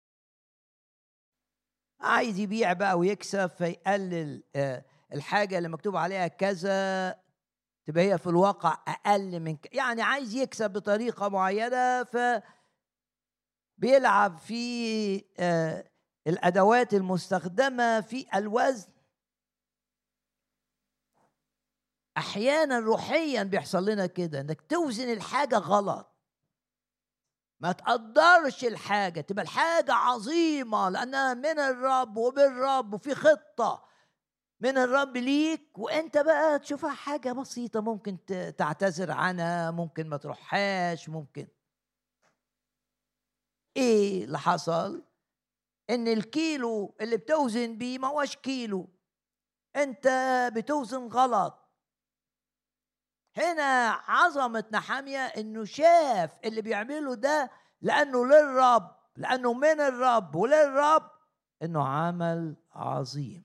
عايز يبيع بقى ويكسب فيقلل الحاجه اللي مكتوب عليها كذا تبقى هي في الواقع اقل من يعني عايز يكسب بطريقه معينه، فبيلعب في الادوات المستخدمه في الوزن. احيانا روحيا بيحصل لنا كده، انك توزن الحاجه غلط، ما تقدرش الحاجه، تبقى الحاجه عظيمه لانها من الرب وبالرب وفي خطه من الرب ليك، وانت بقى تشوفها حاجه بسيطه، ممكن تعتذر عنها، ممكن ما تروحهاش، ممكن. ايه اللي حصل؟ ان الكيلو اللي بتوزن بيه ما هوش كيلو، انت بتوزن غلط. هنا عظمة نحمية انه شاف اللي بيعمله ده لانه للرب، لانه من الرب وللرب، انه عمل عظيم.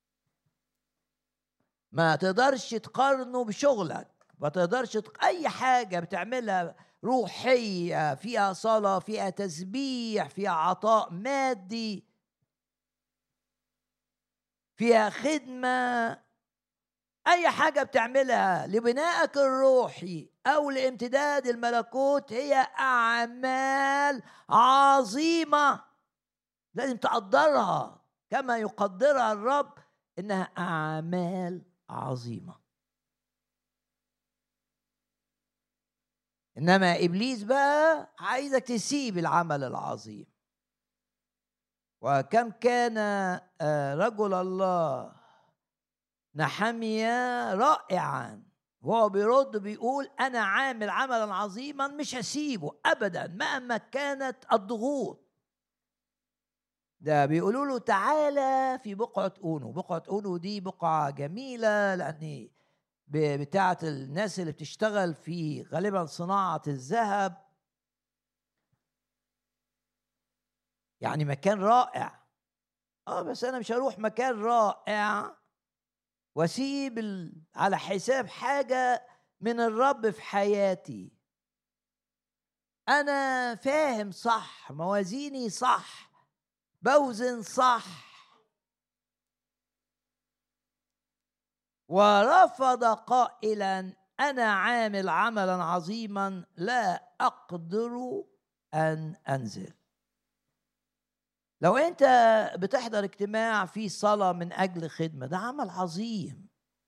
ما تقدرش تقارنه بشغلك، ما تقدرش اي حاجة بتعملها روحية فيها صلاة، فيها تسبيح، فيها عطاء مادي، فيها خدمة، أي حاجة بتعملها لبنائك الروحي أو لامتداد الملكوت هي أعمال عظيمة. لازم تقدرها كما يقدرها الرب، إنها أعمال عظيمة. إنما إبليس بقى عايزك تسيب العمل العظيم. وكم كان رجل الله نحمية رائعا، وهو بيرد بيقول أنا عامل عملا عظيما مش هسيبه أبدا مهما كانت الضغوط. ده بيقولوا له تعالى في بقعة أونو. بقعة أونو دي بقعة جميلة، لأن بتاعة الناس اللي بتشتغل في غالبا صناعة الذهب، يعني مكان رائع. بس أنا مش هروح مكان رائع واسيب على حساب حاجة من الرب في حياتي. أنا فاهم صح، موازيني صح، بوزن صح. ورفض قائلا أنا عامل عملا عظيما لا أقدر أن أنزل. لو أنت بتحضر اجتماع فيه صلاة من أجل خدمة، ده عمل عظيم.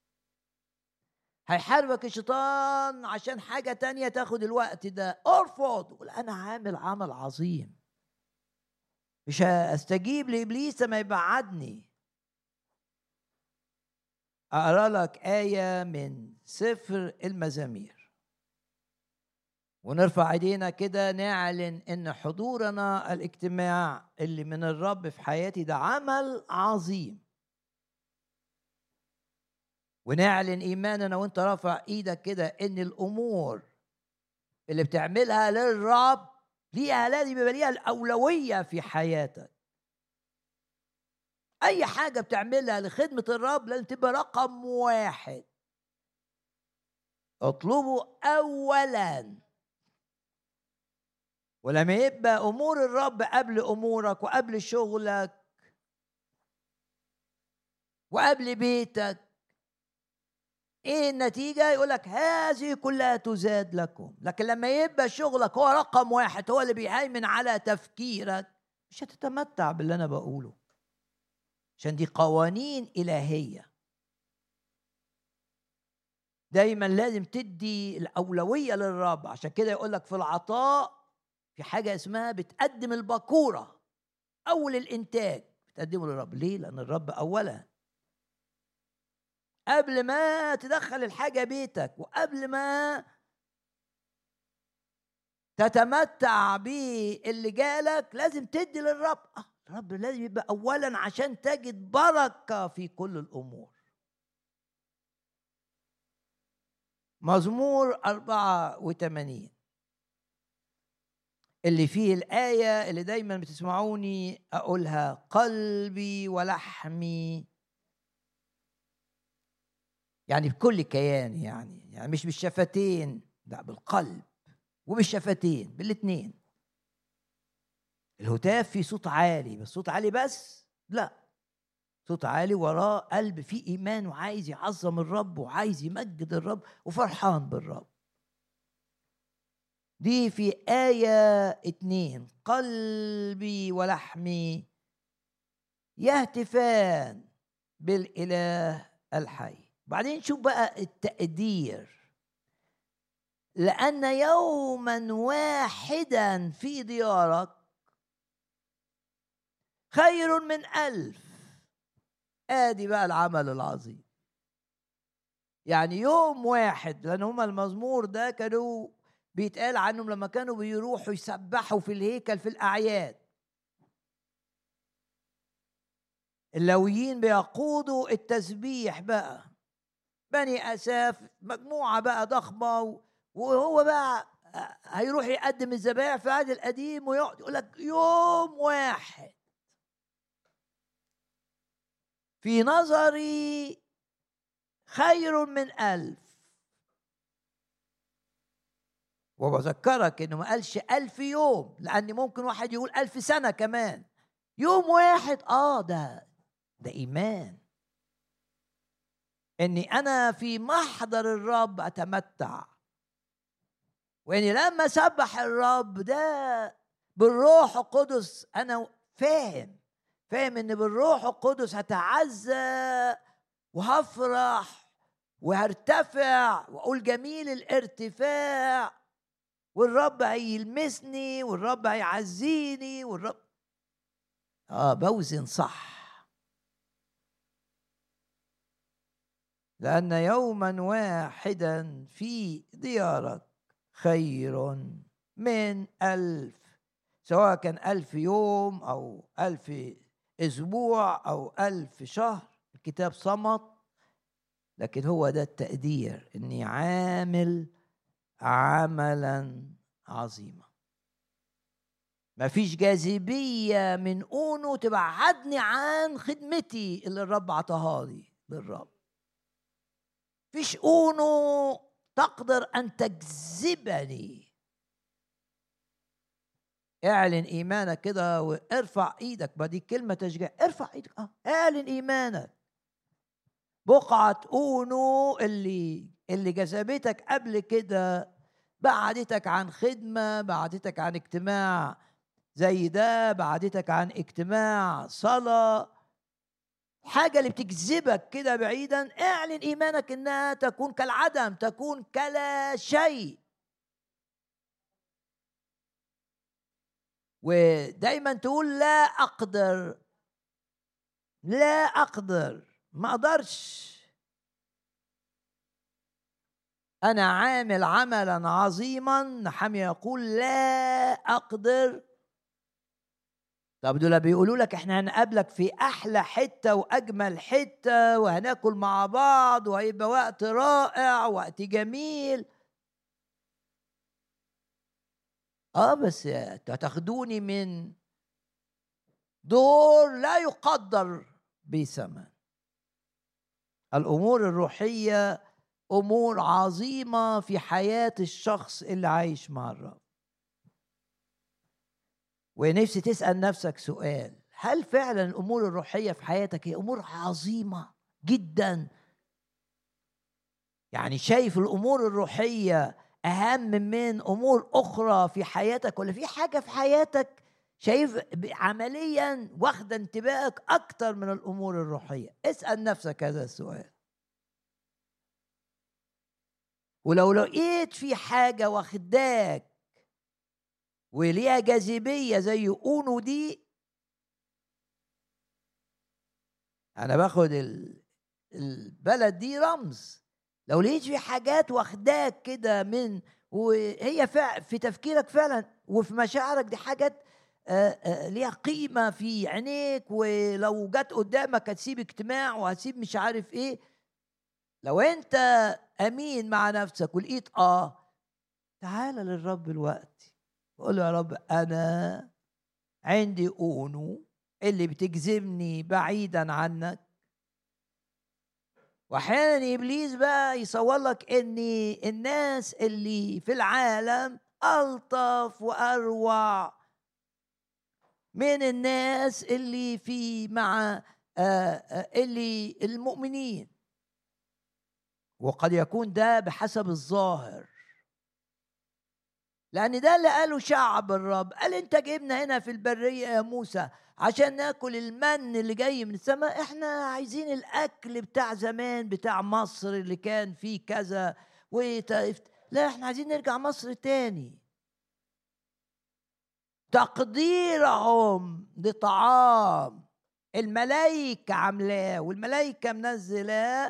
هيحاربك الشيطان عشان حاجة تانية تاخد الوقت ده، ارفض وقول أنا عامل عمل عظيم، مش هستجيب لإبليس ما يبعدني. أقرأ لك آية من سفر المزامير ونرفع ايدينا كده نعلن ان حضورنا الاجتماع اللي من الرب في حياتي ده عمل عظيم، ونعلن ايماننا وانت رافع ايدك كده ان الامور اللي بتعملها للرب لازم يبقى ليها الاولويه في حياتك. اي حاجه بتعملها لخدمه الرب لازم تبقى رقم واحد. اطلبه اولا، ولما يبقى امور الرب قبل امورك وقبل شغلك وقبل بيتك، ايه النتيجه؟ يقولك هذه كلها تزاد لكم. لكن لما يبقى شغلك هو رقم واحد، هو اللي بيهيمن على تفكيرك، مش هتتمتع باللي انا بقوله، عشان دي قوانين الهيه. دايما لازم تدي الاولويه للرب. عشان كده يقولك في العطاء في حاجه اسمها بتقدم البكوره، اول الانتاج بتقدمه للرب. ليه؟ لان الرب اولا، قبل ما تدخل الحاجة بيتك وقبل ما تتمتع باللي جالك لازم تدي للرب. الرب لازم يبقى أولا عشان تجد بركة في كل الأمور. مزمور 84 اللي فيه الآية اللي دايما بتسمعوني أقولها: قلبي ولحمي، يعني بكل كياني، يعني مش بالشفتين، لا بالقلب وبالشفتين، بالاتنين. الهتاف في صوت عالي، بس صوت عالي بس لا، صوت عالي وراه قلب فيه إيمان وعايز يعظم الرب وعايز يمجد الرب وفرحان بالرب. دي في آية 2: قلبي ولحمي يهتفان بالإله الحي. بعدين شوف بقى التقدير: لأن يوما واحدا في ديارك خير من 1000. آدي بقى العمل العظيم. يعني يوم واحد، لأن هما المزمور ده كانوا بيتقال عنهم لما كانوا بيروحوا يسبحوا في الهيكل في الأعياد، اللاويين بيقودوا التسبيح بقى، بني أساف مجموعة بقى ضخمة، وهو بقى هيروح يقدم الذبائح في العهد القديم ويقعد يقول لك يوم واحد في نظري خير من 1000. وبذكرك انه ما قالش 1000 يوم، لان ممكن واحد يقول 1000 سنة كمان. يوم واحد، ده ايمان اني انا في محضر الرب اتمتع، واني لما اسبح الرب ده بالروح القدس، انا فاهم ان بالروح القدس هتعزى وهفرح وهرتفع واقول جميل الارتفاع، والرب هيلمسني والرب هيعزيني والرب بوزن صح. لأن يوما واحدا في ديارك خير من 1000. سواء كان 1000 يوم أو 1000 أسبوع أو 1000 شهر، الكتاب صمت، لكن هو ده التقدير، إني عامل عملا عظيما. مفيش جاذبية من أونه تبعدني عن خدمتي اللي الرب عطاها لي للرب. في شؤونه تقدر أن تجذبني. اعلن إيمانك كده وارفع إيدك، بدي كلمة تشجيع، ارفع إيدك، اعلن إيمانك. بقعة أونو اللي جذبتك قبل كده، بعدتك عن خدمة، بعدتك عن اجتماع زي ده، بعدتك عن اجتماع صلاة، حاجة اللي بتجذبك كده بعيدا، اعلن إيمانك إنها تكون كالعدم، تكون كلا شيء. ودايما تقول لا أقدر، لا أقدر، ما أقدرش، أنا عامل عملا عظيما. نحمية يقول لا أقدر. طب دول بيقولوا لك احنا هنقابلك في أحلى حتة وأجمل حتة وهناكل مع بعض وهيبقى وقت رائع، وقت جميل. بس هتاخدوني من دور لا يقدر بثمن. الأمور الروحية أمور عظيمة في حياة الشخص اللي عايش مع الرب. ونفسي تسأل نفسك سؤال، هل فعلا الأمور الروحية في حياتك هي أمور عظيمة جدا؟ يعني شايف الأمور الروحية أهم من أمور أخرى في حياتك، ولا في حاجة في حياتك شايف عمليا واخدة انتباهك أكتر من الأمور الروحية؟ اسأل نفسك هذا السؤال. ولو لقيت في حاجة واخداك وليها جاذبية زي أونو دي، أنا باخد البلد دي رمز. لو لقيت في حاجات واخداك كده من، وهي في تفكيرك فعلا وفي مشاعرك، دي حاجات ليها قيمة في عينيك، ولو جت قدامك هتسيب اجتماع وهتسيب مش عارف ايه. لو انت امين مع نفسك ولقيت تعال للرب الوقت، قول له يا رب انا عندي أونو اللي بتجذبني بعيدا عنك. واحيانا ابليس بقى يصور لك ان الناس اللي في العالم الطف واروع من الناس اللي في مع اللي المؤمنين. وقد يكون ده بحسب الظاهر، لأن ده اللي قاله شعب الرب. قال أنت جبنا هنا في البرية يا موسى عشان ناكل المن اللي جاي من السماء، احنا عايزين الأكل بتاع زمان بتاع مصر اللي كان فيه كذا لا، احنا عايزين نرجع مصر تاني. تقديرهم لطعام الملائكة عاملاه والملائكة منزلاه،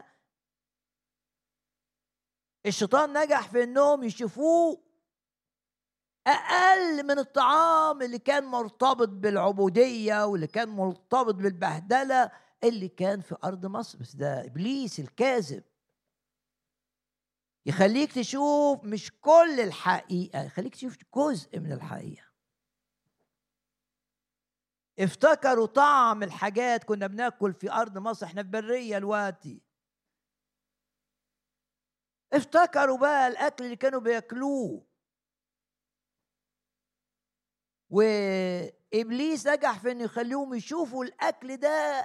الشيطان نجح في انهم يشوفوه أقل من الطعام اللي كان مرتبط بالعبودية واللي كان مرتبط بالبهدلة اللي كان في أرض مصر. بس ده إبليس الكاذب يخليك تشوف مش كل الحقيقة، يخليك تشوف جزء من الحقيقة. افتكروا طعم الحاجات كنا بناكل في أرض مصر، احنا في برية دلوقتي. افتكروا بقى الأكل اللي كانوا بياكلوه، وإبليس نجح في أن يخليهم يشوفوا الأكل ده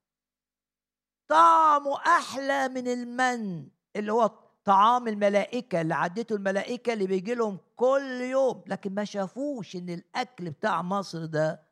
طعمه أحلى من المن اللي هو طعام الملائكة اللي عدته الملائكة اللي بيجي لهم كل يوم. لكن ما شافوش إن الأكل بتاع مصر ده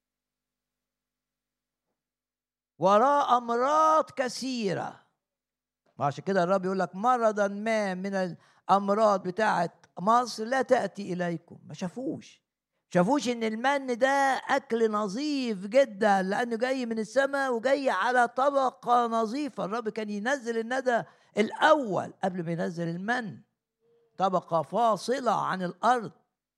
وراه أمراض كثيرة. وعشان كده الرب يقول لك مرضا ما من الأمراض بتاعت مصر لا تأتي إليكم. ما شافوش ان المن ده اكل نظيف جدا لانه جاي من السماء وجاي على طبقه نظيفه. الرب كان ينزل الندى الاول قبل ما ينزل المن، طبقه فاصله عن الارض.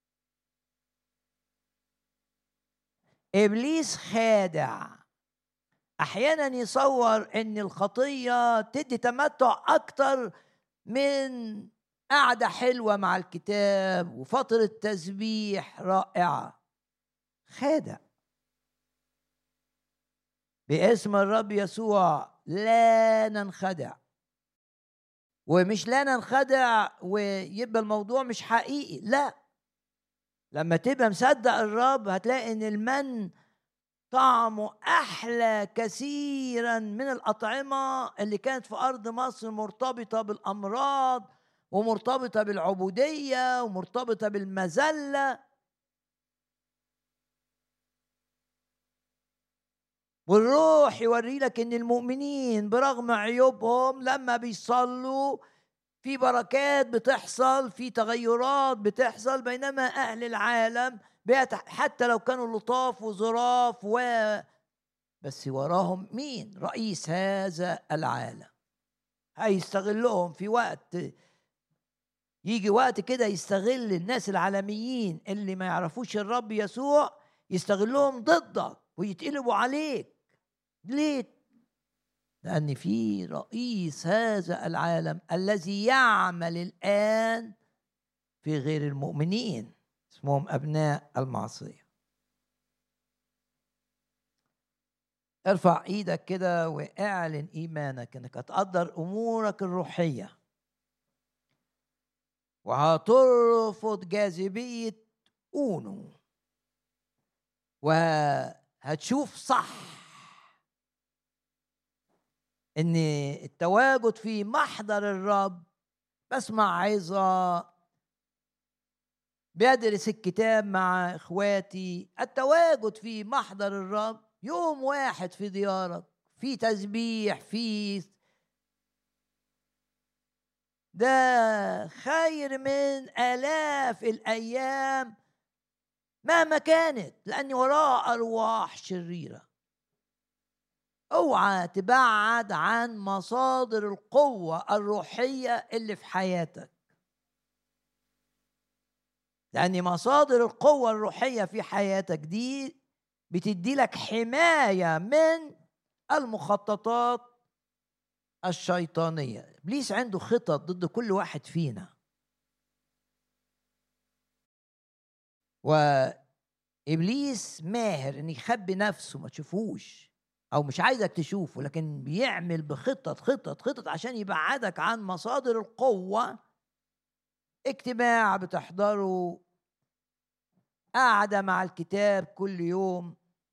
ابليس خادع، احيانا يصور ان الخطيه تدي تمتع اكتر من قعده حلوه مع الكتاب وفتره تسبيح رائعه. خادع. باسم الرب يسوع لا ننخدع. ومش لا ننخدع ويبقى الموضوع مش حقيقي. لا، لما تبقى مصدق الرب هتلاقي ان المن طعمه احلى كثيرا من الاطعمه اللي كانت في ارض مصر مرتبطه بالامراض ومرتبطه بالعبوديه ومرتبطه بالمذله. والروح يوري لك ان المؤمنين برغم عيوبهم لما بيصلوا في بركات بتحصل، في تغيرات بتحصل، بينما اهل العالم حتى لو كانوا لطاف وظراف بس وراهم مين؟ رئيس هذا العالم. هيستغلهم في وقت، يجي وقت كده يستغل الناس العالميين اللي ما يعرفوش الرب يسوع، يستغلهم ضدك ويتقلبوا عليك. ليه؟ لأن في رئيس هذا العالم الذي يعمل الآن في غير المؤمنين، اسمهم أبناء المعصية. ارفع ايدك كده واعلن ايمانك انك هتقدر امورك الروحيه وهترفض جاذبيه اونو، وهتشوف صح ان التواجد في محضر الرب، بسمع عظة، بدرس الكتاب مع اخواتي، التواجد في محضر الرب يوم واحد في ديارك، في تسبيح، في ده خير من آلاف الأيام مهما كانت، لأن وراء أرواح شريرة. اوعى تبعد عن مصادر القوة الروحية اللي في حياتك، لأن مصادر القوة الروحية في حياتك دي بتدي لك حماية من المخططات الشيطانية. إبليس عنده خطط ضد كل واحد فينا، وإبليس ماهر إن يخبي نفسه ما تشوفوش أو مش عايزك تشوفه، لكن بيعمل بخطط خطط خطط عشان يبعدك عن مصادر القوة. اجتماع بتحضره، قاعدة مع الكتاب كل يوم،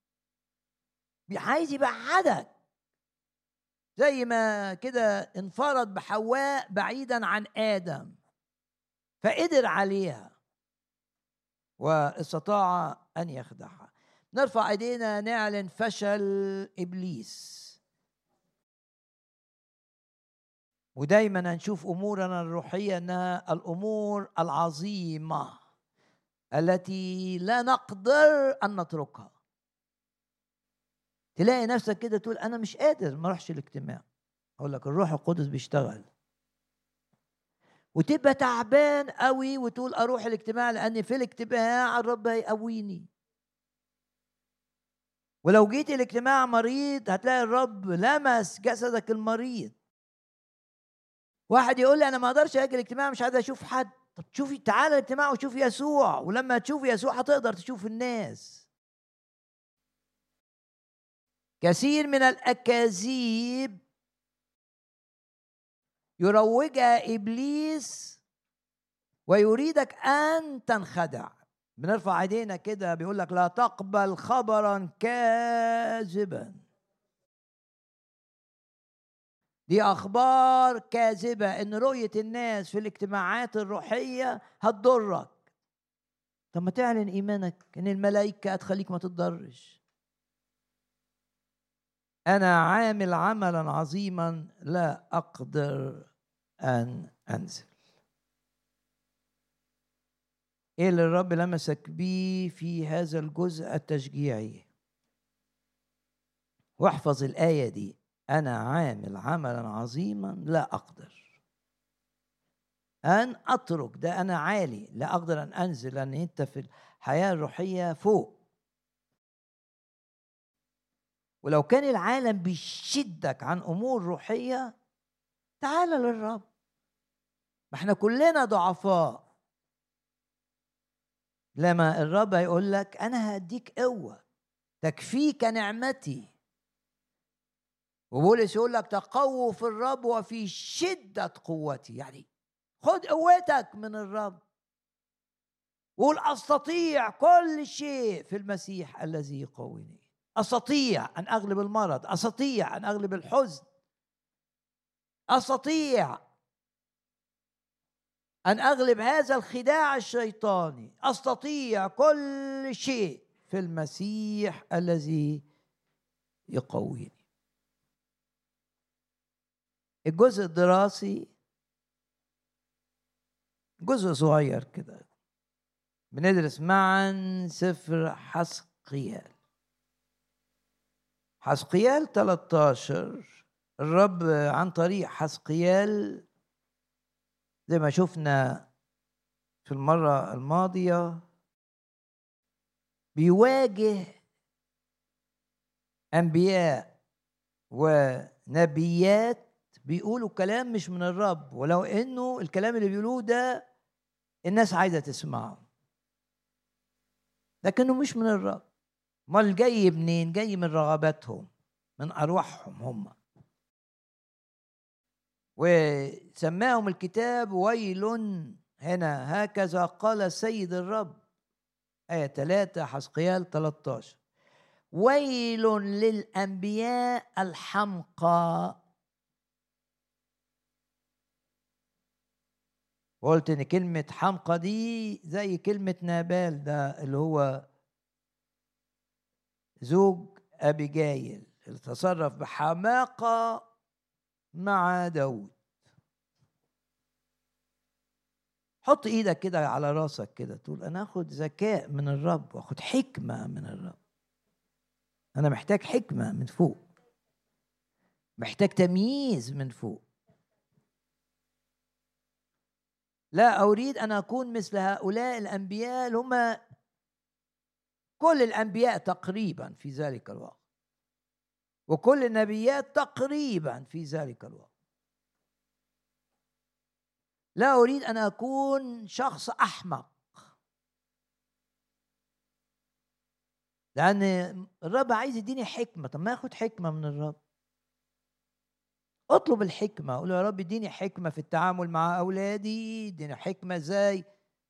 عايز يبعدك. زي ما كده انفرد بحواء بعيدا عن آدم فقدر عليها واستطاع أن يخدعها. نرفع ايدينا نعلن فشل إبليس، ودايما هنشوف أمورنا الروحية أنها الأمور العظيمة التي لا نقدر أن نتركها. تلاقي نفسك كده تقول أنا مش قادر ما اروحش الاجتماع، أقول لك الروح القدس بيشتغل. وتبقى تعبان قوي وتقول أروح الاجتماع لأن في الاجتماع الرب هيقويني. ولو جيت الاجتماع مريض هتلاقي الرب لمس جسدك المريض. واحد يقول لي أنا ما أقدرش أجي الاجتماع، مش عايز أشوف حد. طب شوفي، تعالى الاجتماع وشوف يسوع، ولما تشوف يسوع هتقدر تشوف الناس. كثير من الأكاذيب يروجها إبليس ويريدك أن تنخدع. بنرفع ايدينا كده بيقول لك لا تقبل خبرا كاذبا. دي أخبار كاذبة إن رؤية الناس في الاجتماعات الروحية هتضرك. طب ما تعلن إيمانك إن الملائكة هتخليك ما تتضرش. أنا عامل عملا عظيما لا أقدر أن أنزل. إيه اللي الرب لمسك بيه في هذا الجزء التشجيعي؟ واحفظ الآية دي، أنا عامل عملا عظيما لا أقدر أن أترك. ده أنا عالي لا أقدر أن أنزل، لأن أنت في الحياة الروحية فوق. ولو كان العالم بيشدك عن أمور روحية تعال للرب. ما احنا كلنا ضعفاء. لما الرب يقول لك أنا هديك قوة تكفيك نعمتي، وبولس يقول لك تقووا في الرب وفي شدة قوتي، يعني خد قوتك من الرب. قول أستطيع كل شيء في المسيح الذي يقويني. أستطيع أن أغلب المرض، أستطيع أن أغلب الحزن، أستطيع أن أغلب هذا الخداع الشيطاني. أستطيع كل شيء في المسيح الذي يقويني. الجزء الدراسي جزء صغير كده، بندرس معا سفر حسقيال. حسقيال 13. الرب عن طريق حسقيال زي ما شفنا في المرة الماضية بيواجه أنبياء ونبيات بيقولوا كلام مش من الرب، ولو إنه الكلام اللي بيقولوه ده الناس عايزة تسمعه، لكنه مش من الرب. امال جاي منين؟ جاي من رغباتهم، من أرواحهم هم. وسماهم الكتاب ويل. هنا هكذا قال السيد الرب، آية 3 حسقيال 13. ويل للأنبياء الحمقى. قلت إن كلمة حمقى دي زي كلمة نابال، ده اللي هو زوج أبيجايل اللي تصرف بحماقة مع داود. حط ايدك كده على راسك كده، تقول انا اخد ذكاء من الرب واخد حكمة من الرب. انا محتاج حكمة من فوق، محتاج تمييز من فوق. لا اريد ان اكون مثل هؤلاء الانبياء اللي هم كل الانبياء تقريبا في ذلك الوقت، وكل النبيات تقريبا في ذلك الوقت. لا اريد ان اكون شخص احمق، لأن الرب عايز يديني حكمة. طب ما أخد حكمة من الرب. أطلب الحكمة، أقول يا رب اديني حكمة في التعامل مع أولادي، اديني حكمة إزاي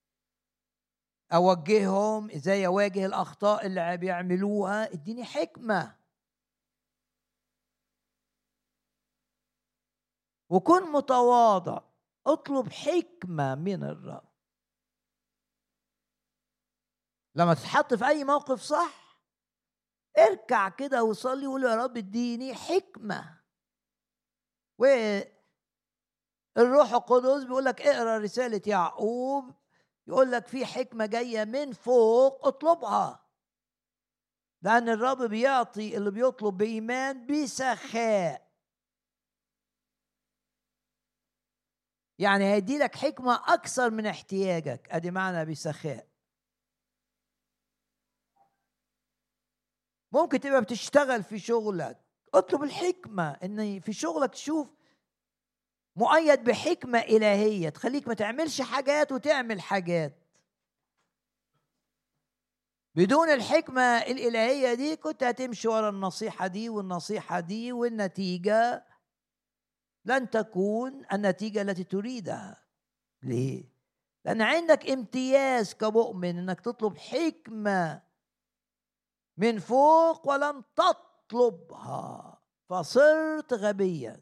أوجههم، إزاي أواجه الأخطاء اللي بيعملوها، اديني حكمة. وكن متواضع، اطلب حكمة من الرب. لما تتحط في أي موقف صح اركع كده وصلي وقول يا رب اديني حكمة. والروح القدس بيقول لك اقرا رسالة يعقوب، يقول لك في حكمة جاية من فوق اطلبها، لأن الرب بيعطي اللي بيطلب بإيمان بسخاء. يعني هيدي لك حكمة أكثر من احتياجك، أدي معنى بسخاء. ممكن تبقى بتشتغل في شغلك، اطلب الحكمة ان في شغلك تشوف مؤيد بحكمة إلهية تخليك ما تعملش حاجات وتعمل حاجات. بدون الحكمة الإلهية دي كنت هتمشي ورا النصيحة دي والنصيحة دي، والنتيجة لن تكون النتيجة التي تريدها. ليه؟ لأن عندك امتياز كمؤمن انك تطلب حكمة من فوق ولم تطلبها فصرت غبيا.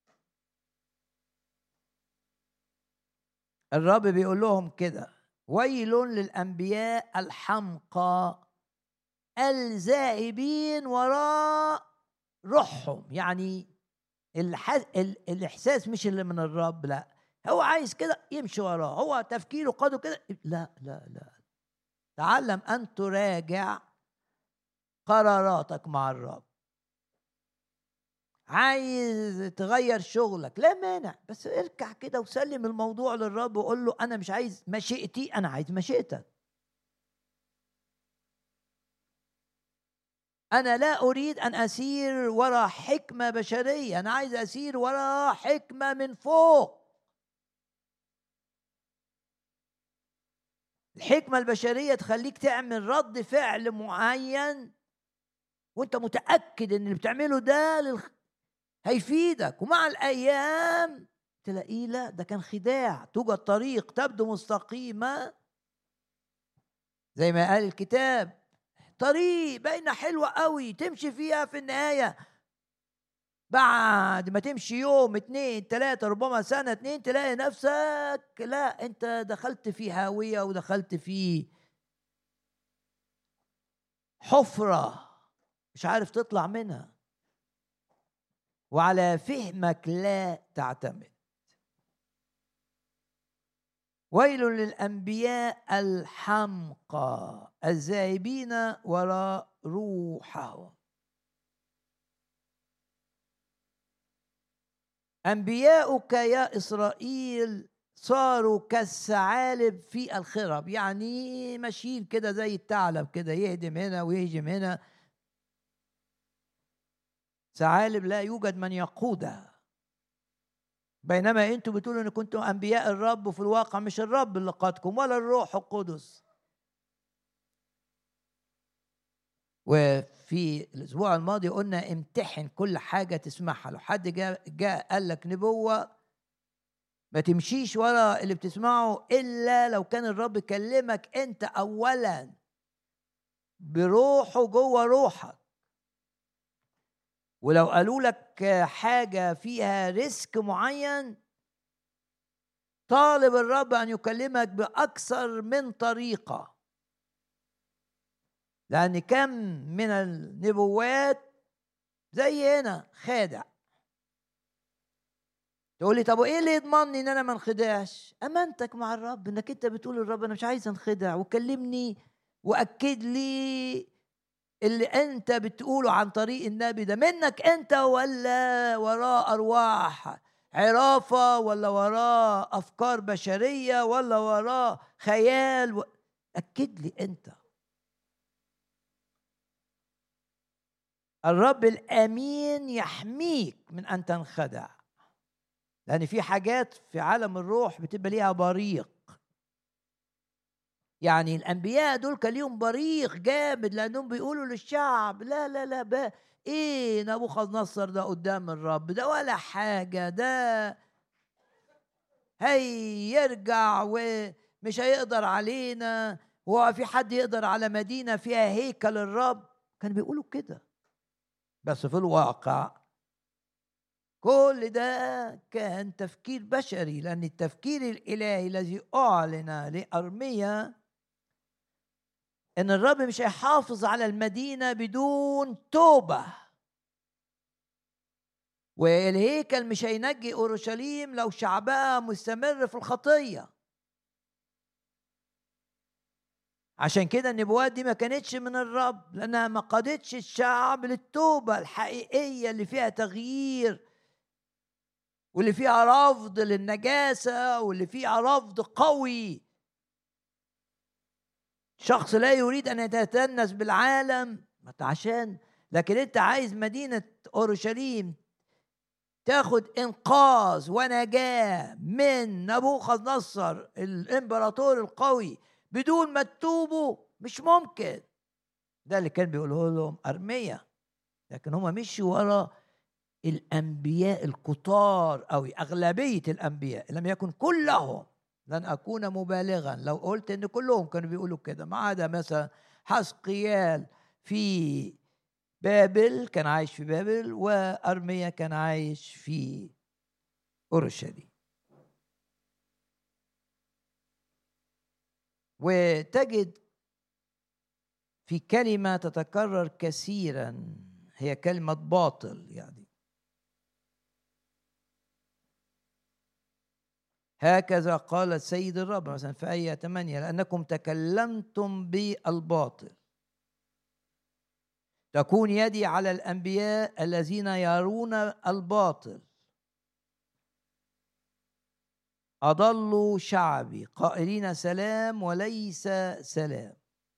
الرب بيقول لهم كده ويل للأنبياء الحمقى الذاهبين وراء روحهم. يعني الإحساس مش اللي من الرب، لا هو عايز كده يمشي وراه، هو تفكيره قاده كده. لا لا لا، تعلم أن تراجع قراراتك مع الرب. عايز تغير شغلك لا مانع، بس اركع كده وسلم الموضوع للرب وقول له أنا مش عايز مشيئتي، أنا عايز مشيئتك. أنا لا أريد أن أسير وراء حكمة بشرية، أنا عايز أسير وراء حكمة من فوق. الحكمة البشرية تخليك تعمل رد فعل معين وانت متأكد ان اللي بتعمله ده هيفيدك، ومع الأيام تلاقيه لا ده كان خداع. توجد طريق تبدو مستقيمة زي ما قال الكتاب، طريق باينة حلوة قوي تمشي فيها، في النهاية بعد ما تمشي يوم 2 3 ربما سنة 2 تلاقي نفسك لا انت دخلت في هاوية ودخلت في حفرة مش عارف تطلع منها، وعلى فهمك لا تعتمد. ويل للأنبياء الحمقى الذاهبين وراء روحهم. أنبياؤك يا إسرائيل صاروا كالثعالب في الخرب، يعني ماشيين كده زي الثعلب كده، يهدم هنا ويهجم هنا. ثعالب لا يوجد من يقودها، بينما انتوا بتقولوا ان كنتم انبياء الرب، وفي الواقع مش الرب اللي قادكم ولا الروح القدس. وفي الاسبوع الماضي قلنا امتحن كل حاجه تسمعها. لو حد جاء قال لك نبوه ما تمشيش ورا اللي بتسمعه الا لو كان الرب كلمك انت اولا بروحه جوه روحك. ولو قالوا لك حاجه فيها ريسك معين، طالب الرب ان يكلمك باكثر من طريقه، لان كم من النبوات زي هنا خادع. تقول لي طب وايه اللي يضمنني ان انا ما انخدعش؟ امانتك مع الرب، انك انت بتقول للرب انا مش عايز انخدع، وكلمني واكد لي اللي انت بتقوله عن طريق النبي ده منك انت، ولا وراه ارواح عرافه، ولا وراه افكار بشريه، ولا وراه خيال اكد لي انت. الرب الامين يحميك من ان تنخدع، لأن في حاجات في عالم الروح بتبقى ليها بريق. يعني الأنبياء دول كان ليهم بريق جامد، لأنهم بيقولوا للشعب لا لا لا بقى إيه نبوخذ نصر ده قدام الرب ده ولا حاجة، ده هيرجع ومش هيقدر علينا، هو في حد يقدر على مدينة فيها هيكل الرب؟ كانوا بيقولوا كده. بس في الواقع كل ده كان تفكير بشري، لأن التفكير الإلهي الذي أعلن لأرميا إن الرب مش هيحافظ على المدينة بدون توبة، والهيكل مش هينجي أورشليم لو شعبها مستمر في الخطية. عشان كده النبوات دي ما كانتش من الرب، لأنها ما قادتش الشعب للتوبة الحقيقية اللي فيها تغيير، واللي فيها رفض للنجاسة، واللي فيها رفض قوي. شخص لا يريد أن يتتنس بالعالم عشان، لكن أنت عايز مدينة أورشليم تاخد إنقاذ ونجاة من نبوخذ نصر الإمبراطور القوي بدون ما تتوبوا، مش ممكن. ده اللي كان بيقوله لهم أرميا. لكن هم مشوا ورا الأنبياء الكتار أوي، أغلبية الأنبياء لم يكن كلهم، لن أكون مبالغا لو قلت إن كلهم كانوا بيقولوا كده، ما عدا مثلا حزقيال في بابل، كان عايش في بابل، وأرميا كان عايش في أورشليم. وتجد في كلمة تتكرر كثيرا هي كلمة باطل. يعني هكذا قال السيد الرب مثلا في آية 8، لأنكم تكلمتم بالباطل تكون يدي على الأنبياء الذين يرون الباطل، أضلوا شعبي قائلين سلام وليس سلام.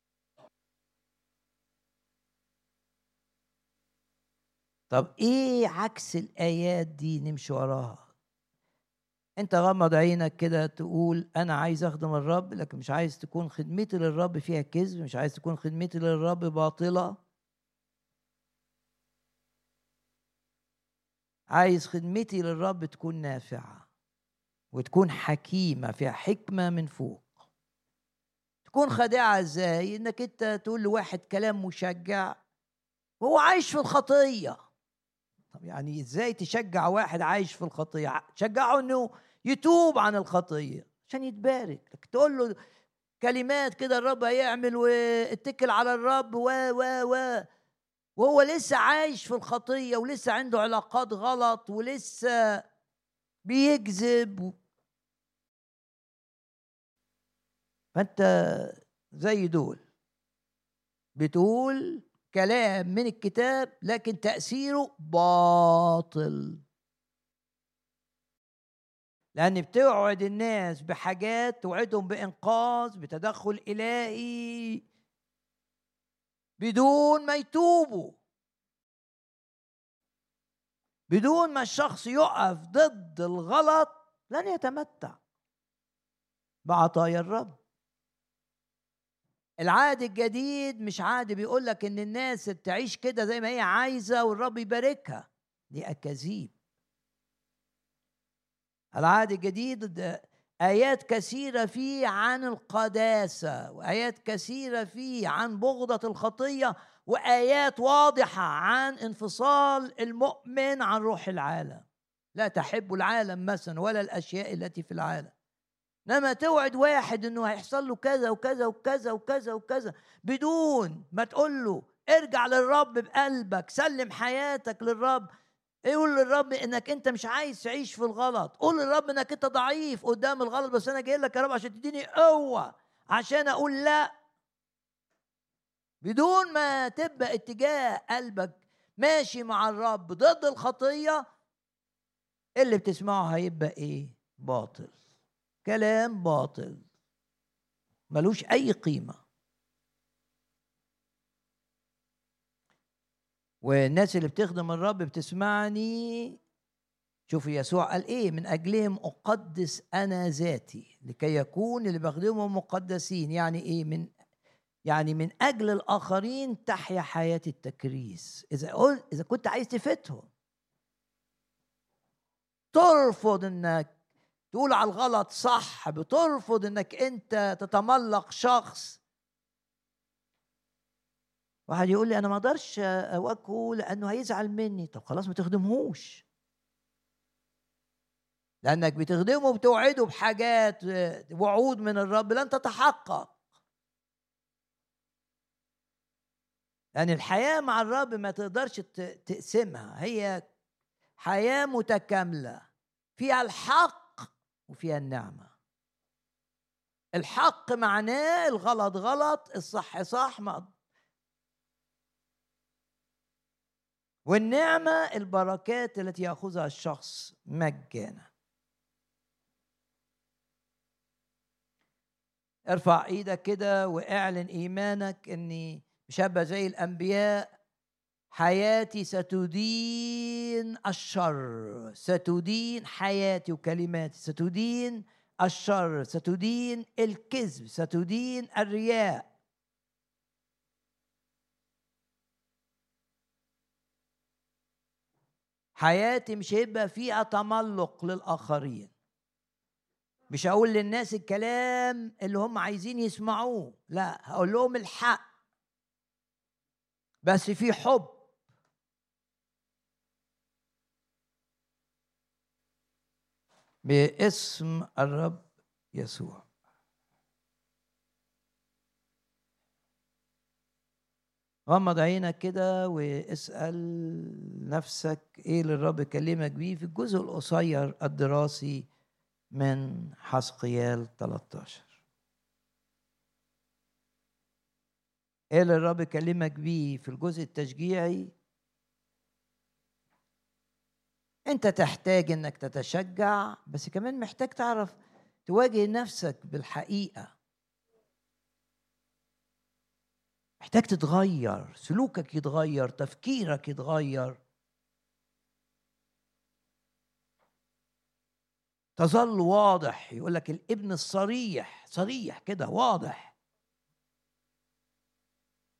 طب إيه عكس الآيات دي نمشي وراها؟ انت غمض عينك كده تقول انا عايز اخدم الرب، لكن مش عايز تكون خدمتي للرب فيها كذب، مش عايز تكون خدمتي للرب باطلة. عايز خدمتي للرب تكون نافعة وتكون حكيمة، فيها حكمة من فوق. تكون خادعة ازاي؟ انك انت تقول لواحد كلام مشجع وهو عايش في الخطية. طب يعني ازاي تشجع واحد عايش في الخطية؟ تشجعه انه يتوب عن الخطية عشان يتبارك. لك تقول له كلمات كده الرب هيعمل واتكل على الرب و وهو لسه عايش في الخطية ولسه عنده علاقات غلط ولسه بيكذب. فانت زي دول بتقول كلام من الكتاب لكن تأثيره باطل، لأن بتوعد الناس بحاجات، توعدهم بإنقاذ بتدخل إلهي بدون ما يتوبوا، بدون ما الشخص يقف ضد الغلط لن يتمتع بعطايا الرب. العهد الجديد مش عهد بيقول لك ان الناس تعيش كده زي ما هي عايزه والرب يباركها، دي اكاذيب. العهد الجديد آيات كثيرة فيه عن القداسة، وآيات كثيرة فيه عن بغضة الخطية، وآيات واضحة عن انفصال المؤمن عن روح العالم. لا تحب العالم مثلا ولا الأشياء التي في العالم. لما توعد واحد انه هيحصل له كذا وكذا وكذا وكذا وكذا بدون ما تقول له ارجع للرب بقلبك، سلم حياتك للرب، قول للرب انك انت مش عايز تعيش في الغلط، قول للرب انك انت ضعيف قدام الغلط، بس انا جاي لك يا رب عشان تديني قوة عشان اقول لا، بدون ما تبقى اتجاه قلبك ماشي مع الرب ضد الخطية، اللي بتسمعه هيبقى ايه؟ باطل، كلام باطل ملوش اي قيمة. والناس اللي بتخدم الرب بتسمعني، شوفوا يسوع قال ايه؟ من اجلهم اقدس انا ذاتي لكي يكون اللي بخدمهم مقدسين. يعني ايه؟ يعني من اجل الاخرين تحيا حياة التكريس. اذا كنت عايز تفتهم، ترفض انك تقول على الغلط صح، بترفض انك انت تتملق شخص. واحد يقول لي انا ما اقدرش اواجهه لانه هيزعل مني. طب خلاص ما تخدمهوش، لأنك بتخدمه وبتوعده بحاجات، وعود من الرب لن تتحقق. لأن الحياة مع الرب ما تقدرش تقسمها، هي حياة متكاملة فيها الحق وفيها النعمة. الحق معناه الغلط غلط، الصح صح، والنعمة البركات التي يأخذها الشخص مجانا. ارفع ايدك كده واعلن ايمانك اني مش هبقى زي الانبياء. حياتي ستدين الشر، ستدين حياتي وكلماتي، ستدين الشر، ستدين الكذب، ستدين الرياء. حياتي مش هيبقى فيها تملق للآخرين، مش هقول للناس الكلام اللي هم عايزين يسمعوه، لا، هقول لهم الحق بس في حب. باسم الرب يسوع. غمض عينك كده واسأل نفسك ايه اللي الرب كلمك بيه في الجزء القصير الدراسي من حسقيال 13. ايه اللي الرب كلمك بيه في الجزء التشجيعي؟ انت تحتاج انك تتشجع، بس كمان محتاج تعرف تواجه نفسك بالحقيقة. محتاج تتغير، سلوكك يتغير، تفكيرك يتغير. تظل واضح، يقول لك الابن الصريح، صريح كده واضح،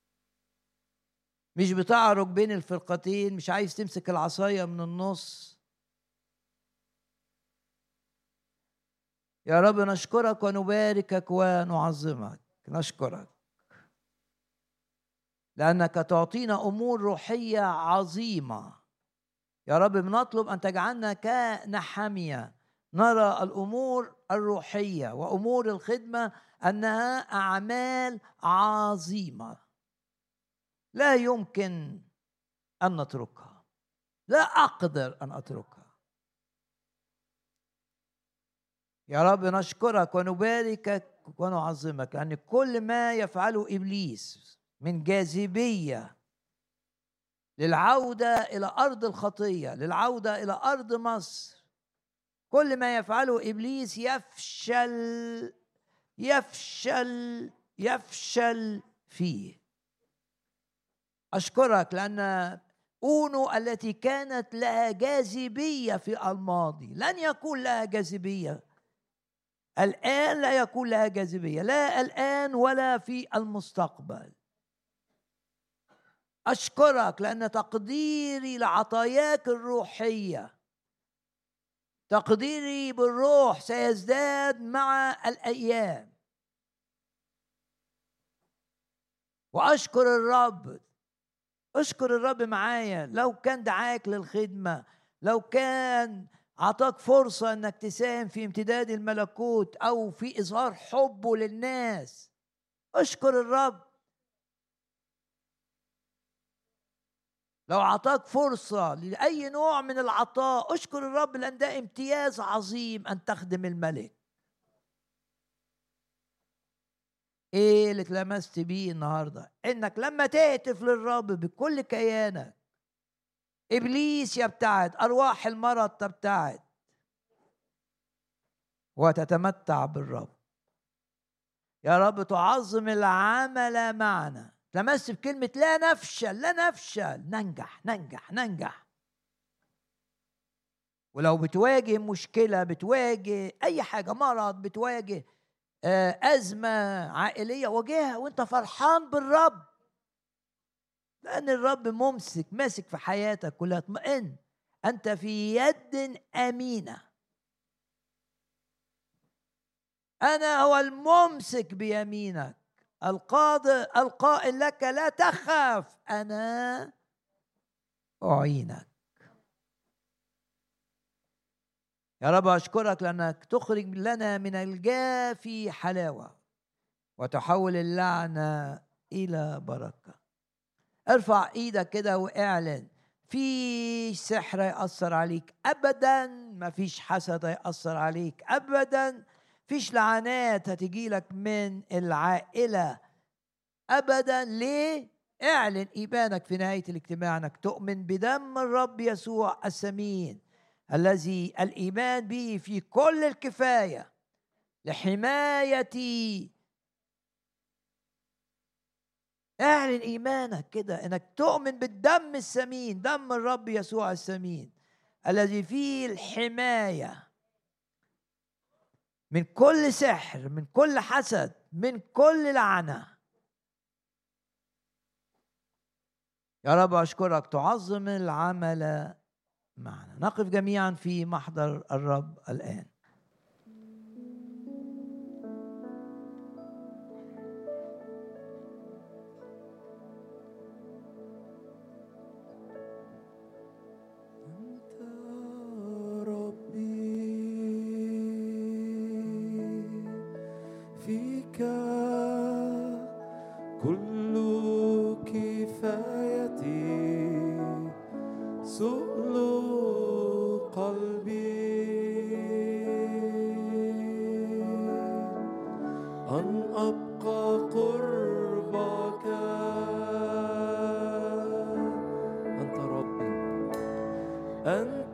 مش بتعرج بين الفرقتين، مش عايز تمسك العصاية من النص. يا رب نشكرك ونباركك ونعظمك. نشكرك لأنك تعطينا أمور روحية عظيمة. يا رب بنطلب أن تجعلنا كنحمية نرى الأمور الروحية وأمور الخدمة أنها أعمال عظيمة لا يمكن أن نتركها، لا أقدر أن أتركها. يا رب نشكرك ونباركك ونعظمك لأن كل ما يفعله إبليس من جاذبية للعودة إلى أرض الخطية، للعودة إلى أرض مصر، كل ما يفعله إبليس يفشل يفشل يفشل فيه. أشكرك لأن أونو التي كانت لها جاذبية في الماضي لن يكون لها جاذبية الآن، لا يكون لها جاذبية لا الآن ولا في المستقبل. أشكرك لأن تقديري لعطاياك الروحية، تقديري بالروح سيزداد مع الأيام. وأشكر الرب، أشكر الرب معايا. لو كان دعاك للخدمة، لو كان عطاك فرصة أنك تساهم في امتداد الملكوت أو في إظهار حبه للناس، أشكر الرب. لو عطاك فرصة لأي نوع من العطاء، أشكر الرب لأن ده امتياز عظيم أن تخدم الملك. إيه اللي اتلمست بيه النهاردة؟ إنك لما تهتف للرب بكل كيانك إبليس يبتعد، أرواح المرض تبتعد وتتمتع بالرب. يا رب تعظم العمل معنا. تلمست بكلمة لا نفشل، لا نفشل، ننجح ننجح ننجح. ولو بتواجه مشكلة، بتواجه أي حاجة، مرض، بتواجه أزمة عائلية، واجهها وانت فرحان بالرب، لأن الرب ماسك في حياتك كلها. اطمئن، أنت في يد أمينة. أنا هو الممسك بيمينك، القائل لك لا تخف، أنا أعينك. يا رب أشكرك لأنك تخرج لنا من الجافي حلاوة وتحول اللعنة إلى بركة. ارفع ايدك كده واعلن: في سحر يأثر عليك أبدا، ما فيش حسد يأثر عليك أبدا، فيش لعنات هتجي لك من العائلة أبدا. ليه؟ اعلن إيمانك في نهاية الاجتماع أنك تؤمن بدم الرب يسوع الثمين الذي الإيمان به في كل الكفاية لحمايتي. اعلن ايمانك كده انك تؤمن بالدم الثمين، دم الرب يسوع الثمين الذي فيه الحماية من كل سحر، من كل حسد، من كل لعنة. يا رب أشكرك، تعظم العمل معنا. نقف جميعا في محضر الرب الآن. فيك كل كفايتي، سؤل قلبي أن أبقى قربك. أنت ربي، أنت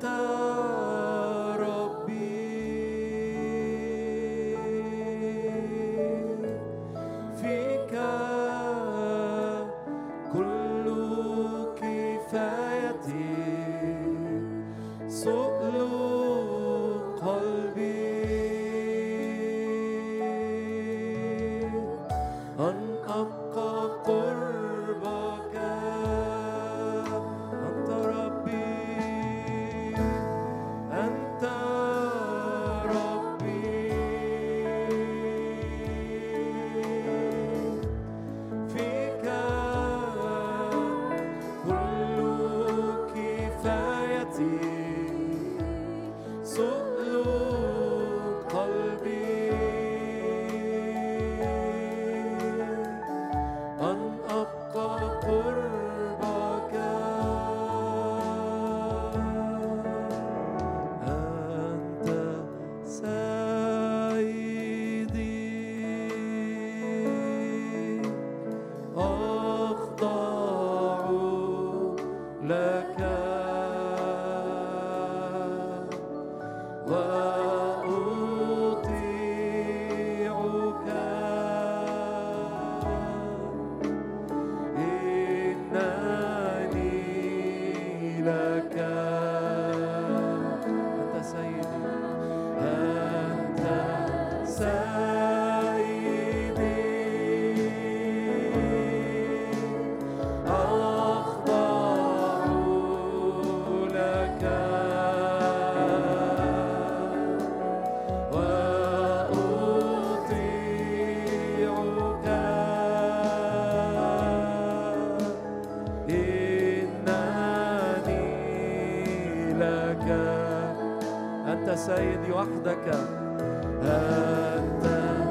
سيدي وحدك، أنت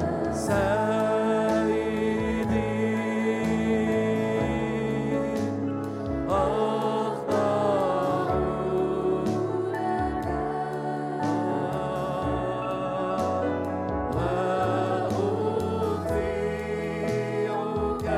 سيدي، أخضع لك وأطيعك،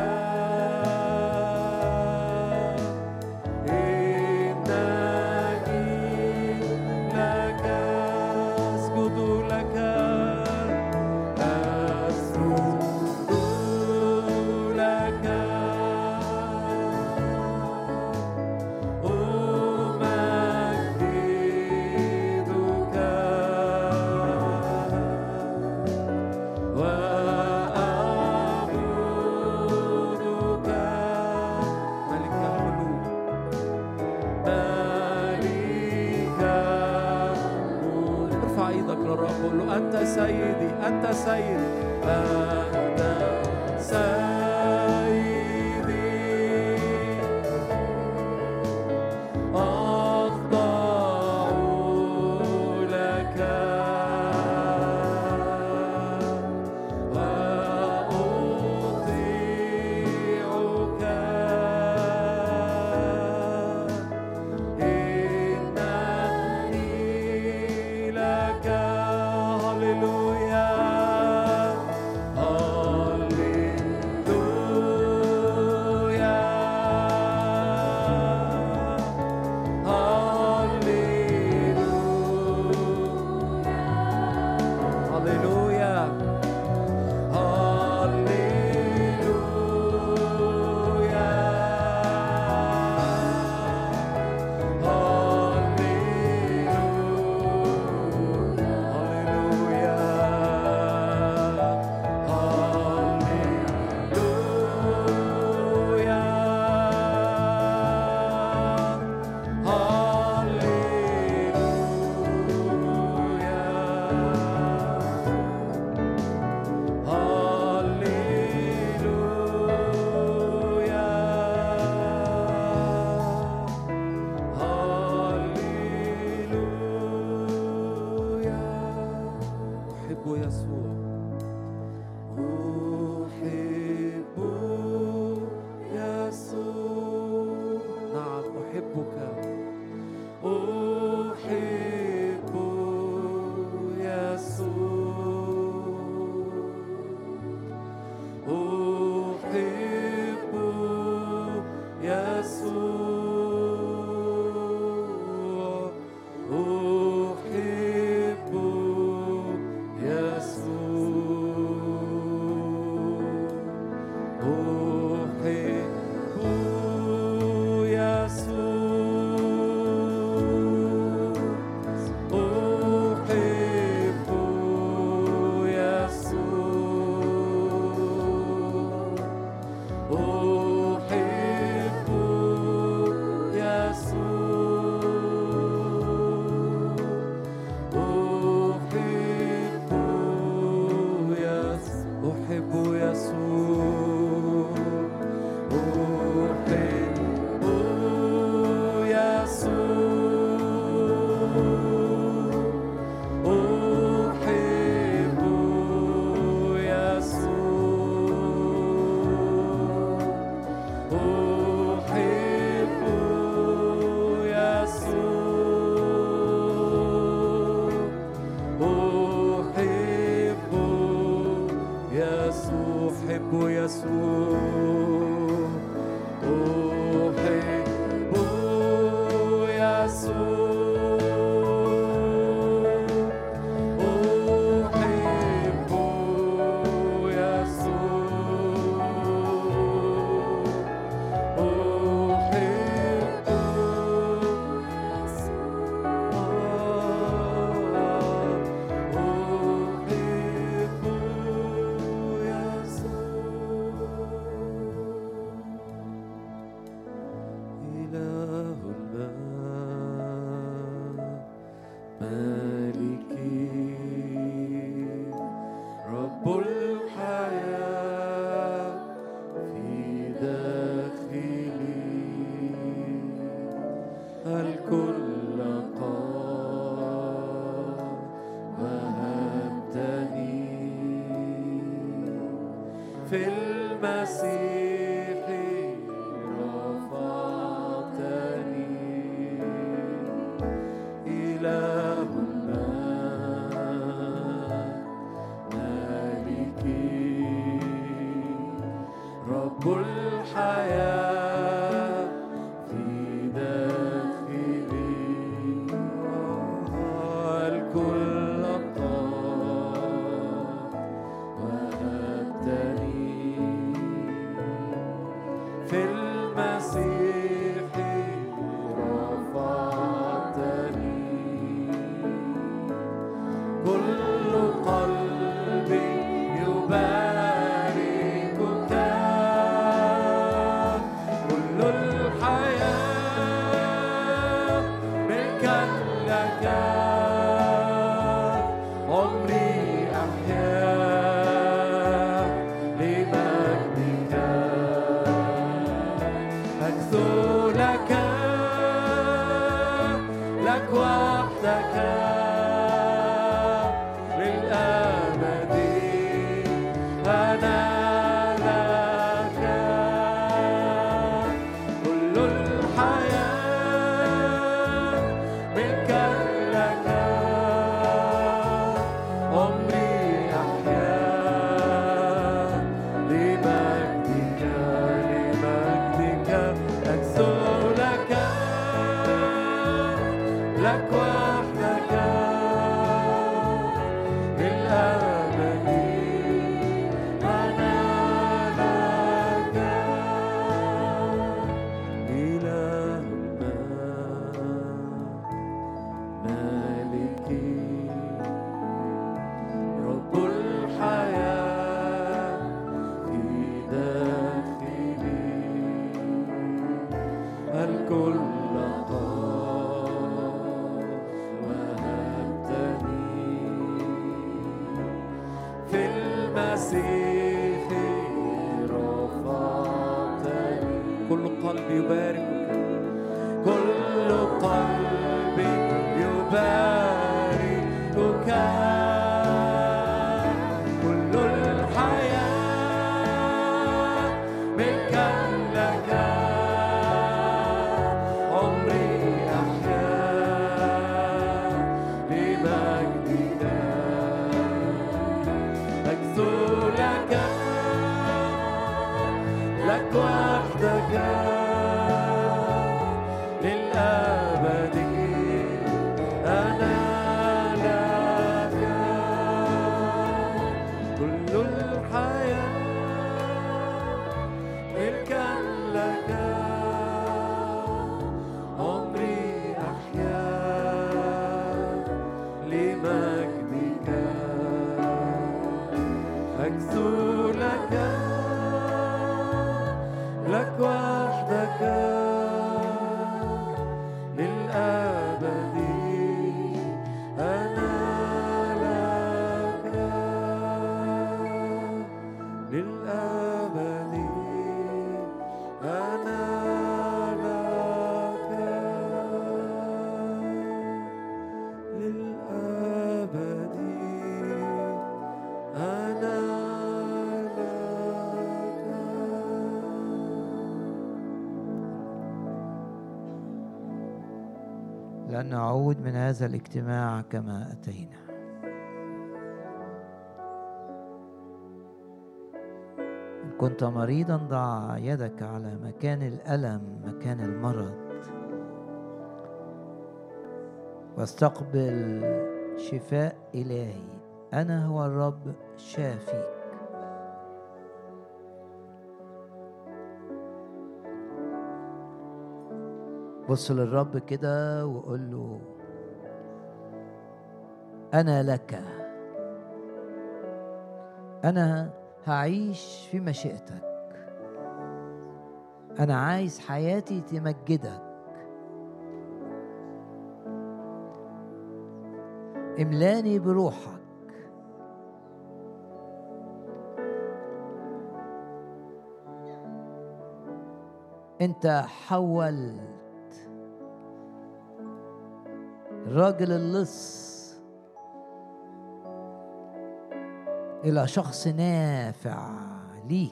أنت سيدي، أنت سيدي، أنت سيدي، أخضع لك وأطيعك، إنني لك. هللويا هللويا مالكي رب الحياة في داخلي الكل قام وهبتني في المسيح رفعتني إلهنا مالكي رب الحياة في داخلي الكل طاب وهبتني في المسيح رفعتني كل قلبي يباركك كل الحياة ملكا لك عمري أحيا لمجدك أكثر لك وحدك للأبد أنا لك كل الحياة ملكا لك عمري أحيا لمجدك أكثر لك وحدك للأبد أنا لك إلهنا مالكي رب الحياة في داخلي الكل المسيح رفعتني كل قلبي يباركك كل قلبي يباركك كل الحياة ملكا لك عمري أحيا لمجدك أكثر لك وحدك للأبد أنا لك كل الحياة ملكا لك عمري أحيا لمجدك أكثر لك وحدك للأبد أنا لك للأبد أنا لك للأبد أنا لن نعود من هذا الاجتماع كما أتينا. إن كنت مريضا ضع يدك على مكان الألم مكان المرض واستقبل شفاء إلهي. أنا هو الرب شافيك. بص للرب كده وقول له أنا لك، أنا هعيش في مشيئتك، أنا عايز حياتي تمجدك. املاني بروحك. انت حولت الراجل اللص الى شخص نافع ليك.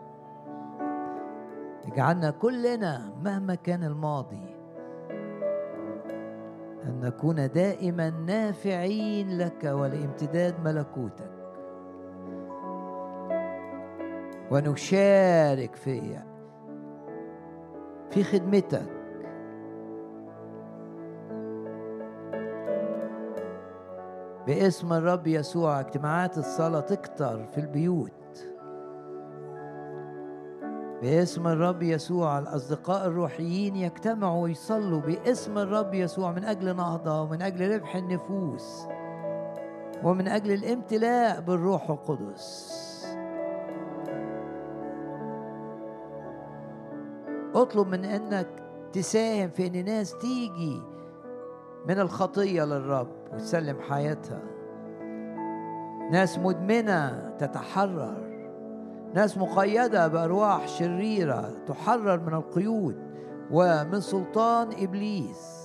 اجعلنا كلنا مهما كان الماضي أن نكون دائما نافعين لك ولامتداد ملكوتك، ونشارك في خدمتك. باسم الرب يسوع اجتماعات الصلاة تكتر في البيوت. باسم الرب يسوع الأصدقاء الروحيين يجتمعوا ويصلوا باسم الرب يسوع من أجل نهضة ومن أجل ربح النفوس ومن أجل الامتلاء بالروح القدس. اطلب من أنك تساهم في أن ناس تيجي من الخطية للرب وتسلم حياتها، ناس مدمنة تتحرر، ناس مقيدة بأرواح شريرة تحرر من القيود ومن سلطان إبليس.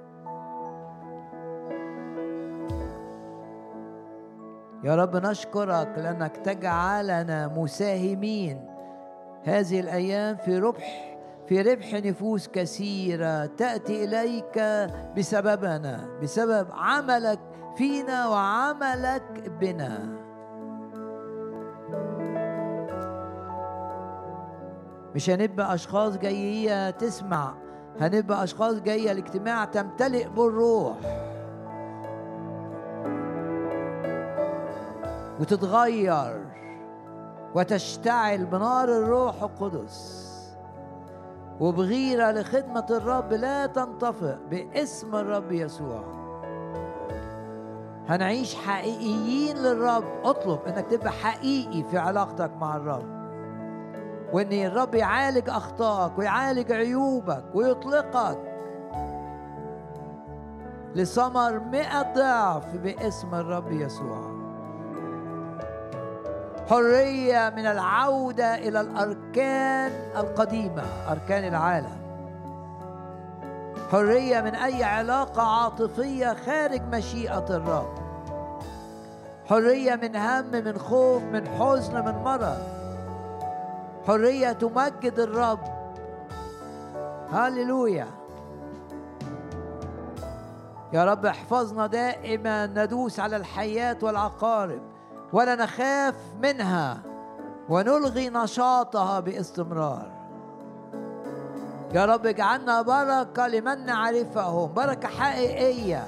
يا رب نشكرك لأنك تجعلنا مساهمين هذه الأيام في ربح نفوس كثيرة تأتي إليك بسببنا، بسبب عملك فينا وعملك بنا. مش هنبقى أشخاص جاية تسمع، هنبقى أشخاص جاية الاجتماع تمتلئ بالروح وتتغير وتشتعل بنار الروح القدس وبغيرة لخدمة الرب لا تنطفئ باسم الرب يسوع. هنعيش حقيقيين للرب. اطلب انك تبقى حقيقي في علاقتك مع الرب، وان الرب يعالج اخطائك ويعالج عيوبك ويطلقك لثمر 100 ضعف باسم الرب يسوع. حرية من العودة إلى الأركان القديمة، أركان العالم. حرية من أي علاقة عاطفية خارج مشيئة الرب. حرية من هم، من خوف، من حزن، من مرض. حرية تمجد الرب. هاليلويا. يا رب احفظنا دائما ندوس على الحيات والعقارب ولا نخاف منها ونلغي نشاطها باستمرار. يا رب اجعلنا بركة لمن نعرفهم، بركة حقيقية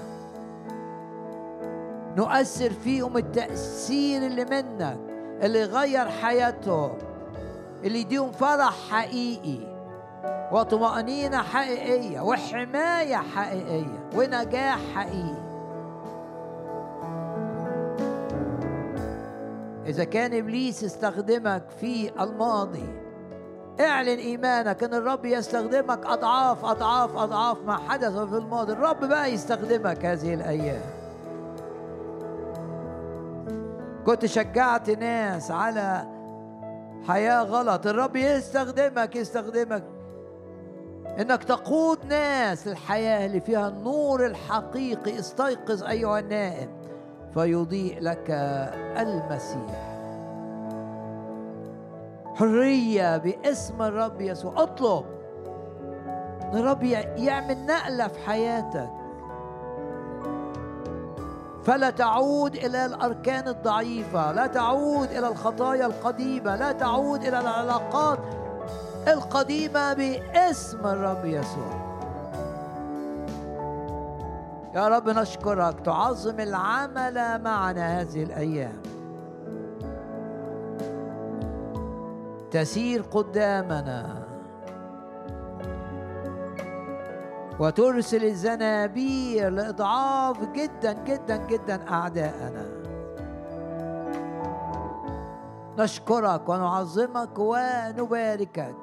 نؤثر فيهم التأثير اللي منك، اللي يغير حياتهم، اللي يديهم فرح حقيقي وطمأنينة حقيقية وحماية حقيقية ونجاح حقيقي. إذا كان إبليس استخدمك في الماضي، اعلن إيمانك أن الرب يستخدمك أضعاف أضعاف أضعاف ما حدث في الماضي. الرب بقى يستخدمك هذه الأيام. كنت شجعت ناس على حياة غلط، الرب يستخدمك إنك تقود ناس للحياة اللي فيها النور الحقيقي. استيقظ أيها النائم فيضيء لك المسيح. حرية باسم الرب يسوع. اطلب ان الرب يعمل نقلة في حياتك، فلا تعود إلى الأركان الضعيفة، لا تعود إلى الخطايا القديمة، لا تعود إلى العلاقات القديمة باسم الرب يسوع. يا رب نشكرك، تعظم العمل معنا هذه الأيام، تسير قدامنا وترسل الزنابير لإضعاف جدا جدا جدا أعدائنا. نشكرك ونعظمك ونباركك.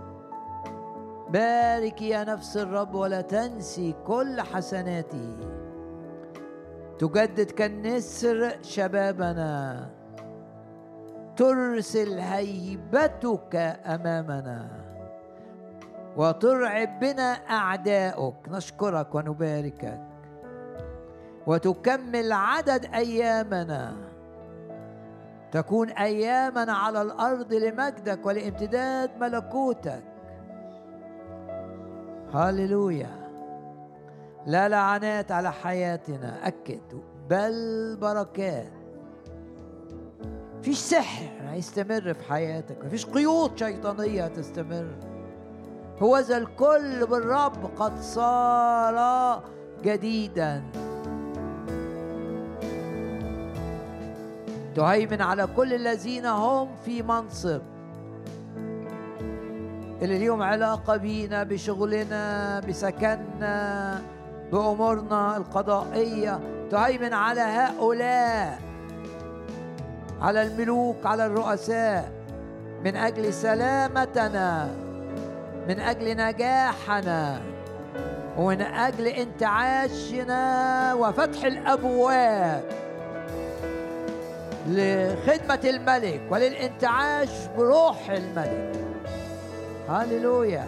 بارك يا نفس الرب ولا تنسي كل حسناته. تجدد كالنسر شبابنا، ترسل هيبتك أمامنا وترعب بنا أعداؤك. نشكرك ونباركك، وتكمل عدد أيامنا، تكون أيامنا على الأرض لمجدك ولامتداد ملكوتك. هاليلويا. لا لعنات على حياتنا، أكد، بل بركات. مفيش سحر هيستمر في حياتك، مفيش قيود شيطانية هتستمر. هو ذا الكل بالرب قد صار جديدا. تهيمن على كل الذين هم في منصب، اللي ليهم علاقة بينا، بشغلنا، بسكننا، بأمورنا القضائية. تهيمن على هؤلاء، على الملوك، على الرؤساء، من أجل سلامتنا، من أجل نجاحنا، ومن أجل انتعاشنا وفتح الأبواب لخدمة الملك وللانتعاش بروح الملك. هاليلويا.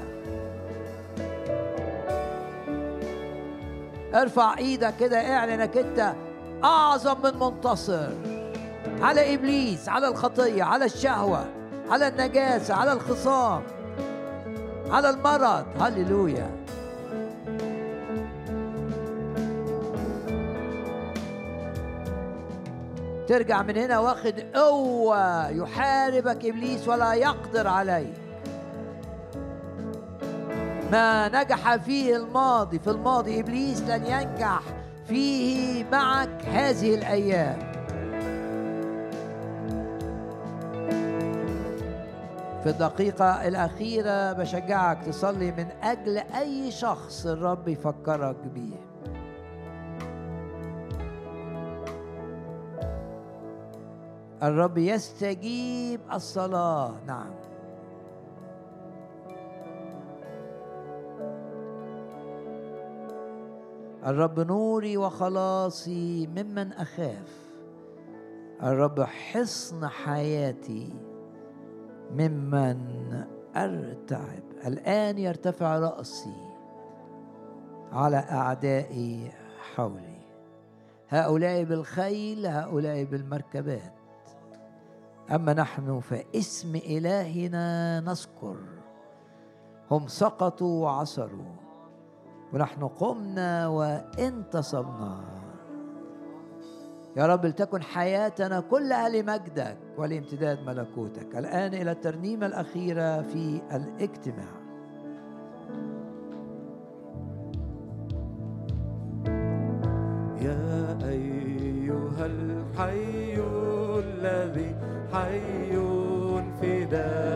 ارفع ايدك كده، اعلنك انت اعظم من منتصر على ابليس، على الخطية، على الشهوة، على النجاسة، على الخصام، على المرض. هاليلويا. ترجع من هنا واخد قوة، يحاربك إبليس ولا يقدر عليك. ما نجح فيه الماضي، في الماضي إبليس لن ينجح فيه معك هذه الأيام. في الدقيقة الأخيرة بشجعك تصلي من أجل أي شخص الرب يفكرك بيه. الرب يستجيب الصلاة. نعم. الرب نوري وخلاصي ممن أخاف. الرب حصن حياتي ممن أرتعب. الآن يرتفع رأسي على أعدائي حولي، هؤلاء بالخيل، هؤلاء بالمركبات، أما نحن فاسم إلهنا نذكر. هم سقطوا وعثروا ونحن قمنا وانتصبنا. يا رب لتكن حياتنا كلها لمجدك ولامتداد ملكوتك. الآن إلى الترنيمة الأخيرة في الاجتماع. يا أيها الحي الذي حي في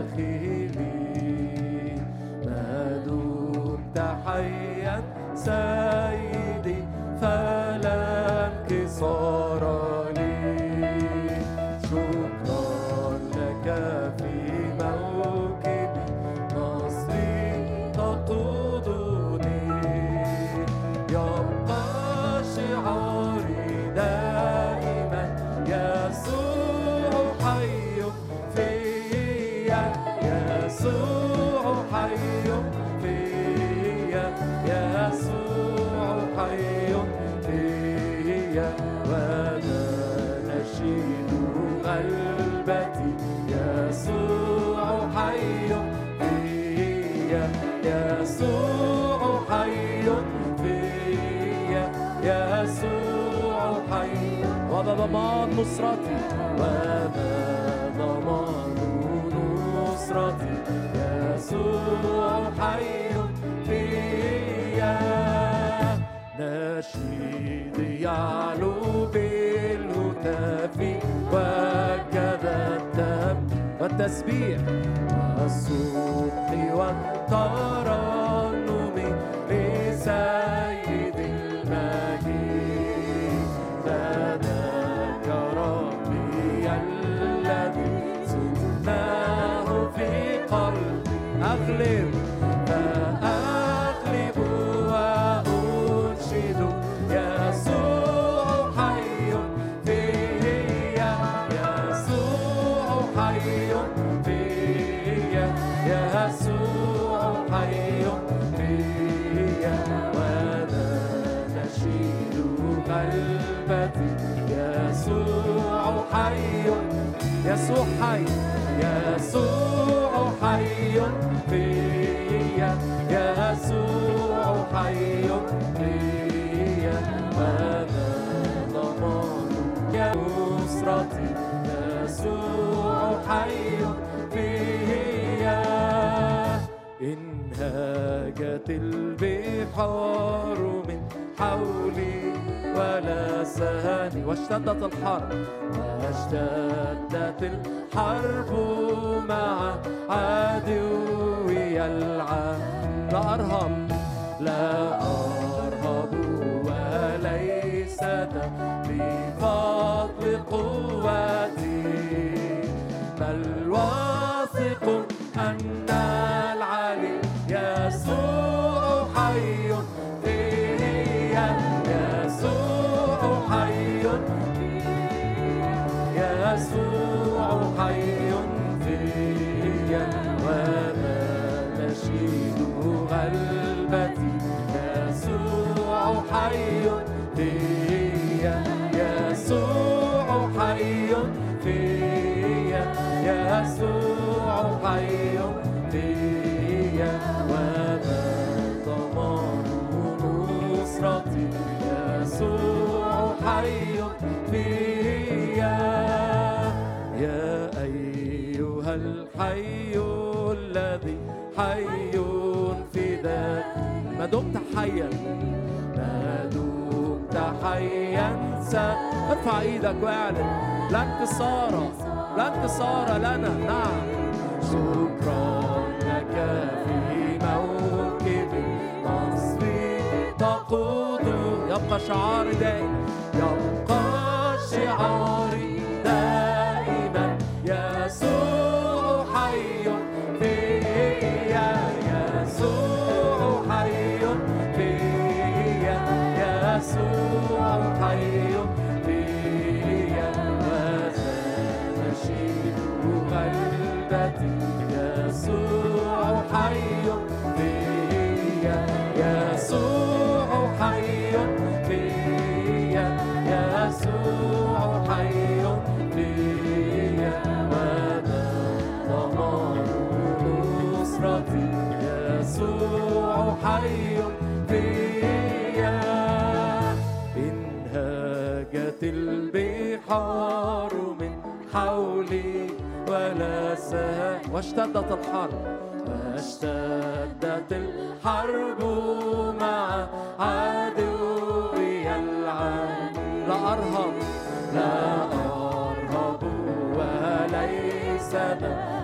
داخلي، ما دمت حيا سيدي فلا انكسار لي. شكرا لك في موكبي، نصري تقودني. يبقى شعاري دائما يسوع حي فيا، يسوع حي فيا، يسوع حي فيا. وانا نشيد قلبتي، يسوع حي فيا، يسوع حي فيا، يسوع حي. وهذا ضمان نصرتي، وهذا ضمان نصرتي، يسوع حي فيا. نشيدي يعلو بالهتاف وكذا التهم والتسبيح والصبح والترنم لسيد المجيد. فداك ربي الذي سكناه في قلبي. أغلب فأغلب وأنشد، يسوع حي غلبتي. يسوع حي، يسوع حي، يسوع حي فيا، يسوع حي فيا، ماذا ضمان يا نصرتي. يسوع حي فيا. إن هاجت البحار من حولي ولا سهاني، واشتدت الحرب، واشتدت الحرب مع عدوي العالم. لا أرهب، لا أرهب، وليس ده بفضل قوتي، بل واثق أن العلي يسوع حي فيا، يسوع حي فيا، يسوع حي فيا، وأنا نشيد غلبتي. يسوع حي فيا، يسوع حي فيا، يسوع حي فيا، وما ضمان نصرتي. يسوع حي فيا. يا أيها الحي الذي حي في ذاتي، ما دمت حيا، ما دمت حيا ارفع ايدك واعلن: لا انتصار، لا انتصار لنا. نعم، شكرا لك في موكب نصري تقود. يبقى شعاري دائما، يبقى شعاري دائما، يسوع حي فيا، يسوع حي فيا، يسوع حي فيا، وزاد نشيد غلبتي. يسوع حي فيا، يسوع حي فيا، يسوع حي فيا، وأنا ضمان نصرتي. يسوع حي فيا. إن هاجت البحار من حولي ولا سهى، واشتدت الحرب، واشتدت الحرب مع عدوي العالم. لا أرهب، لا أرهب، وليس ده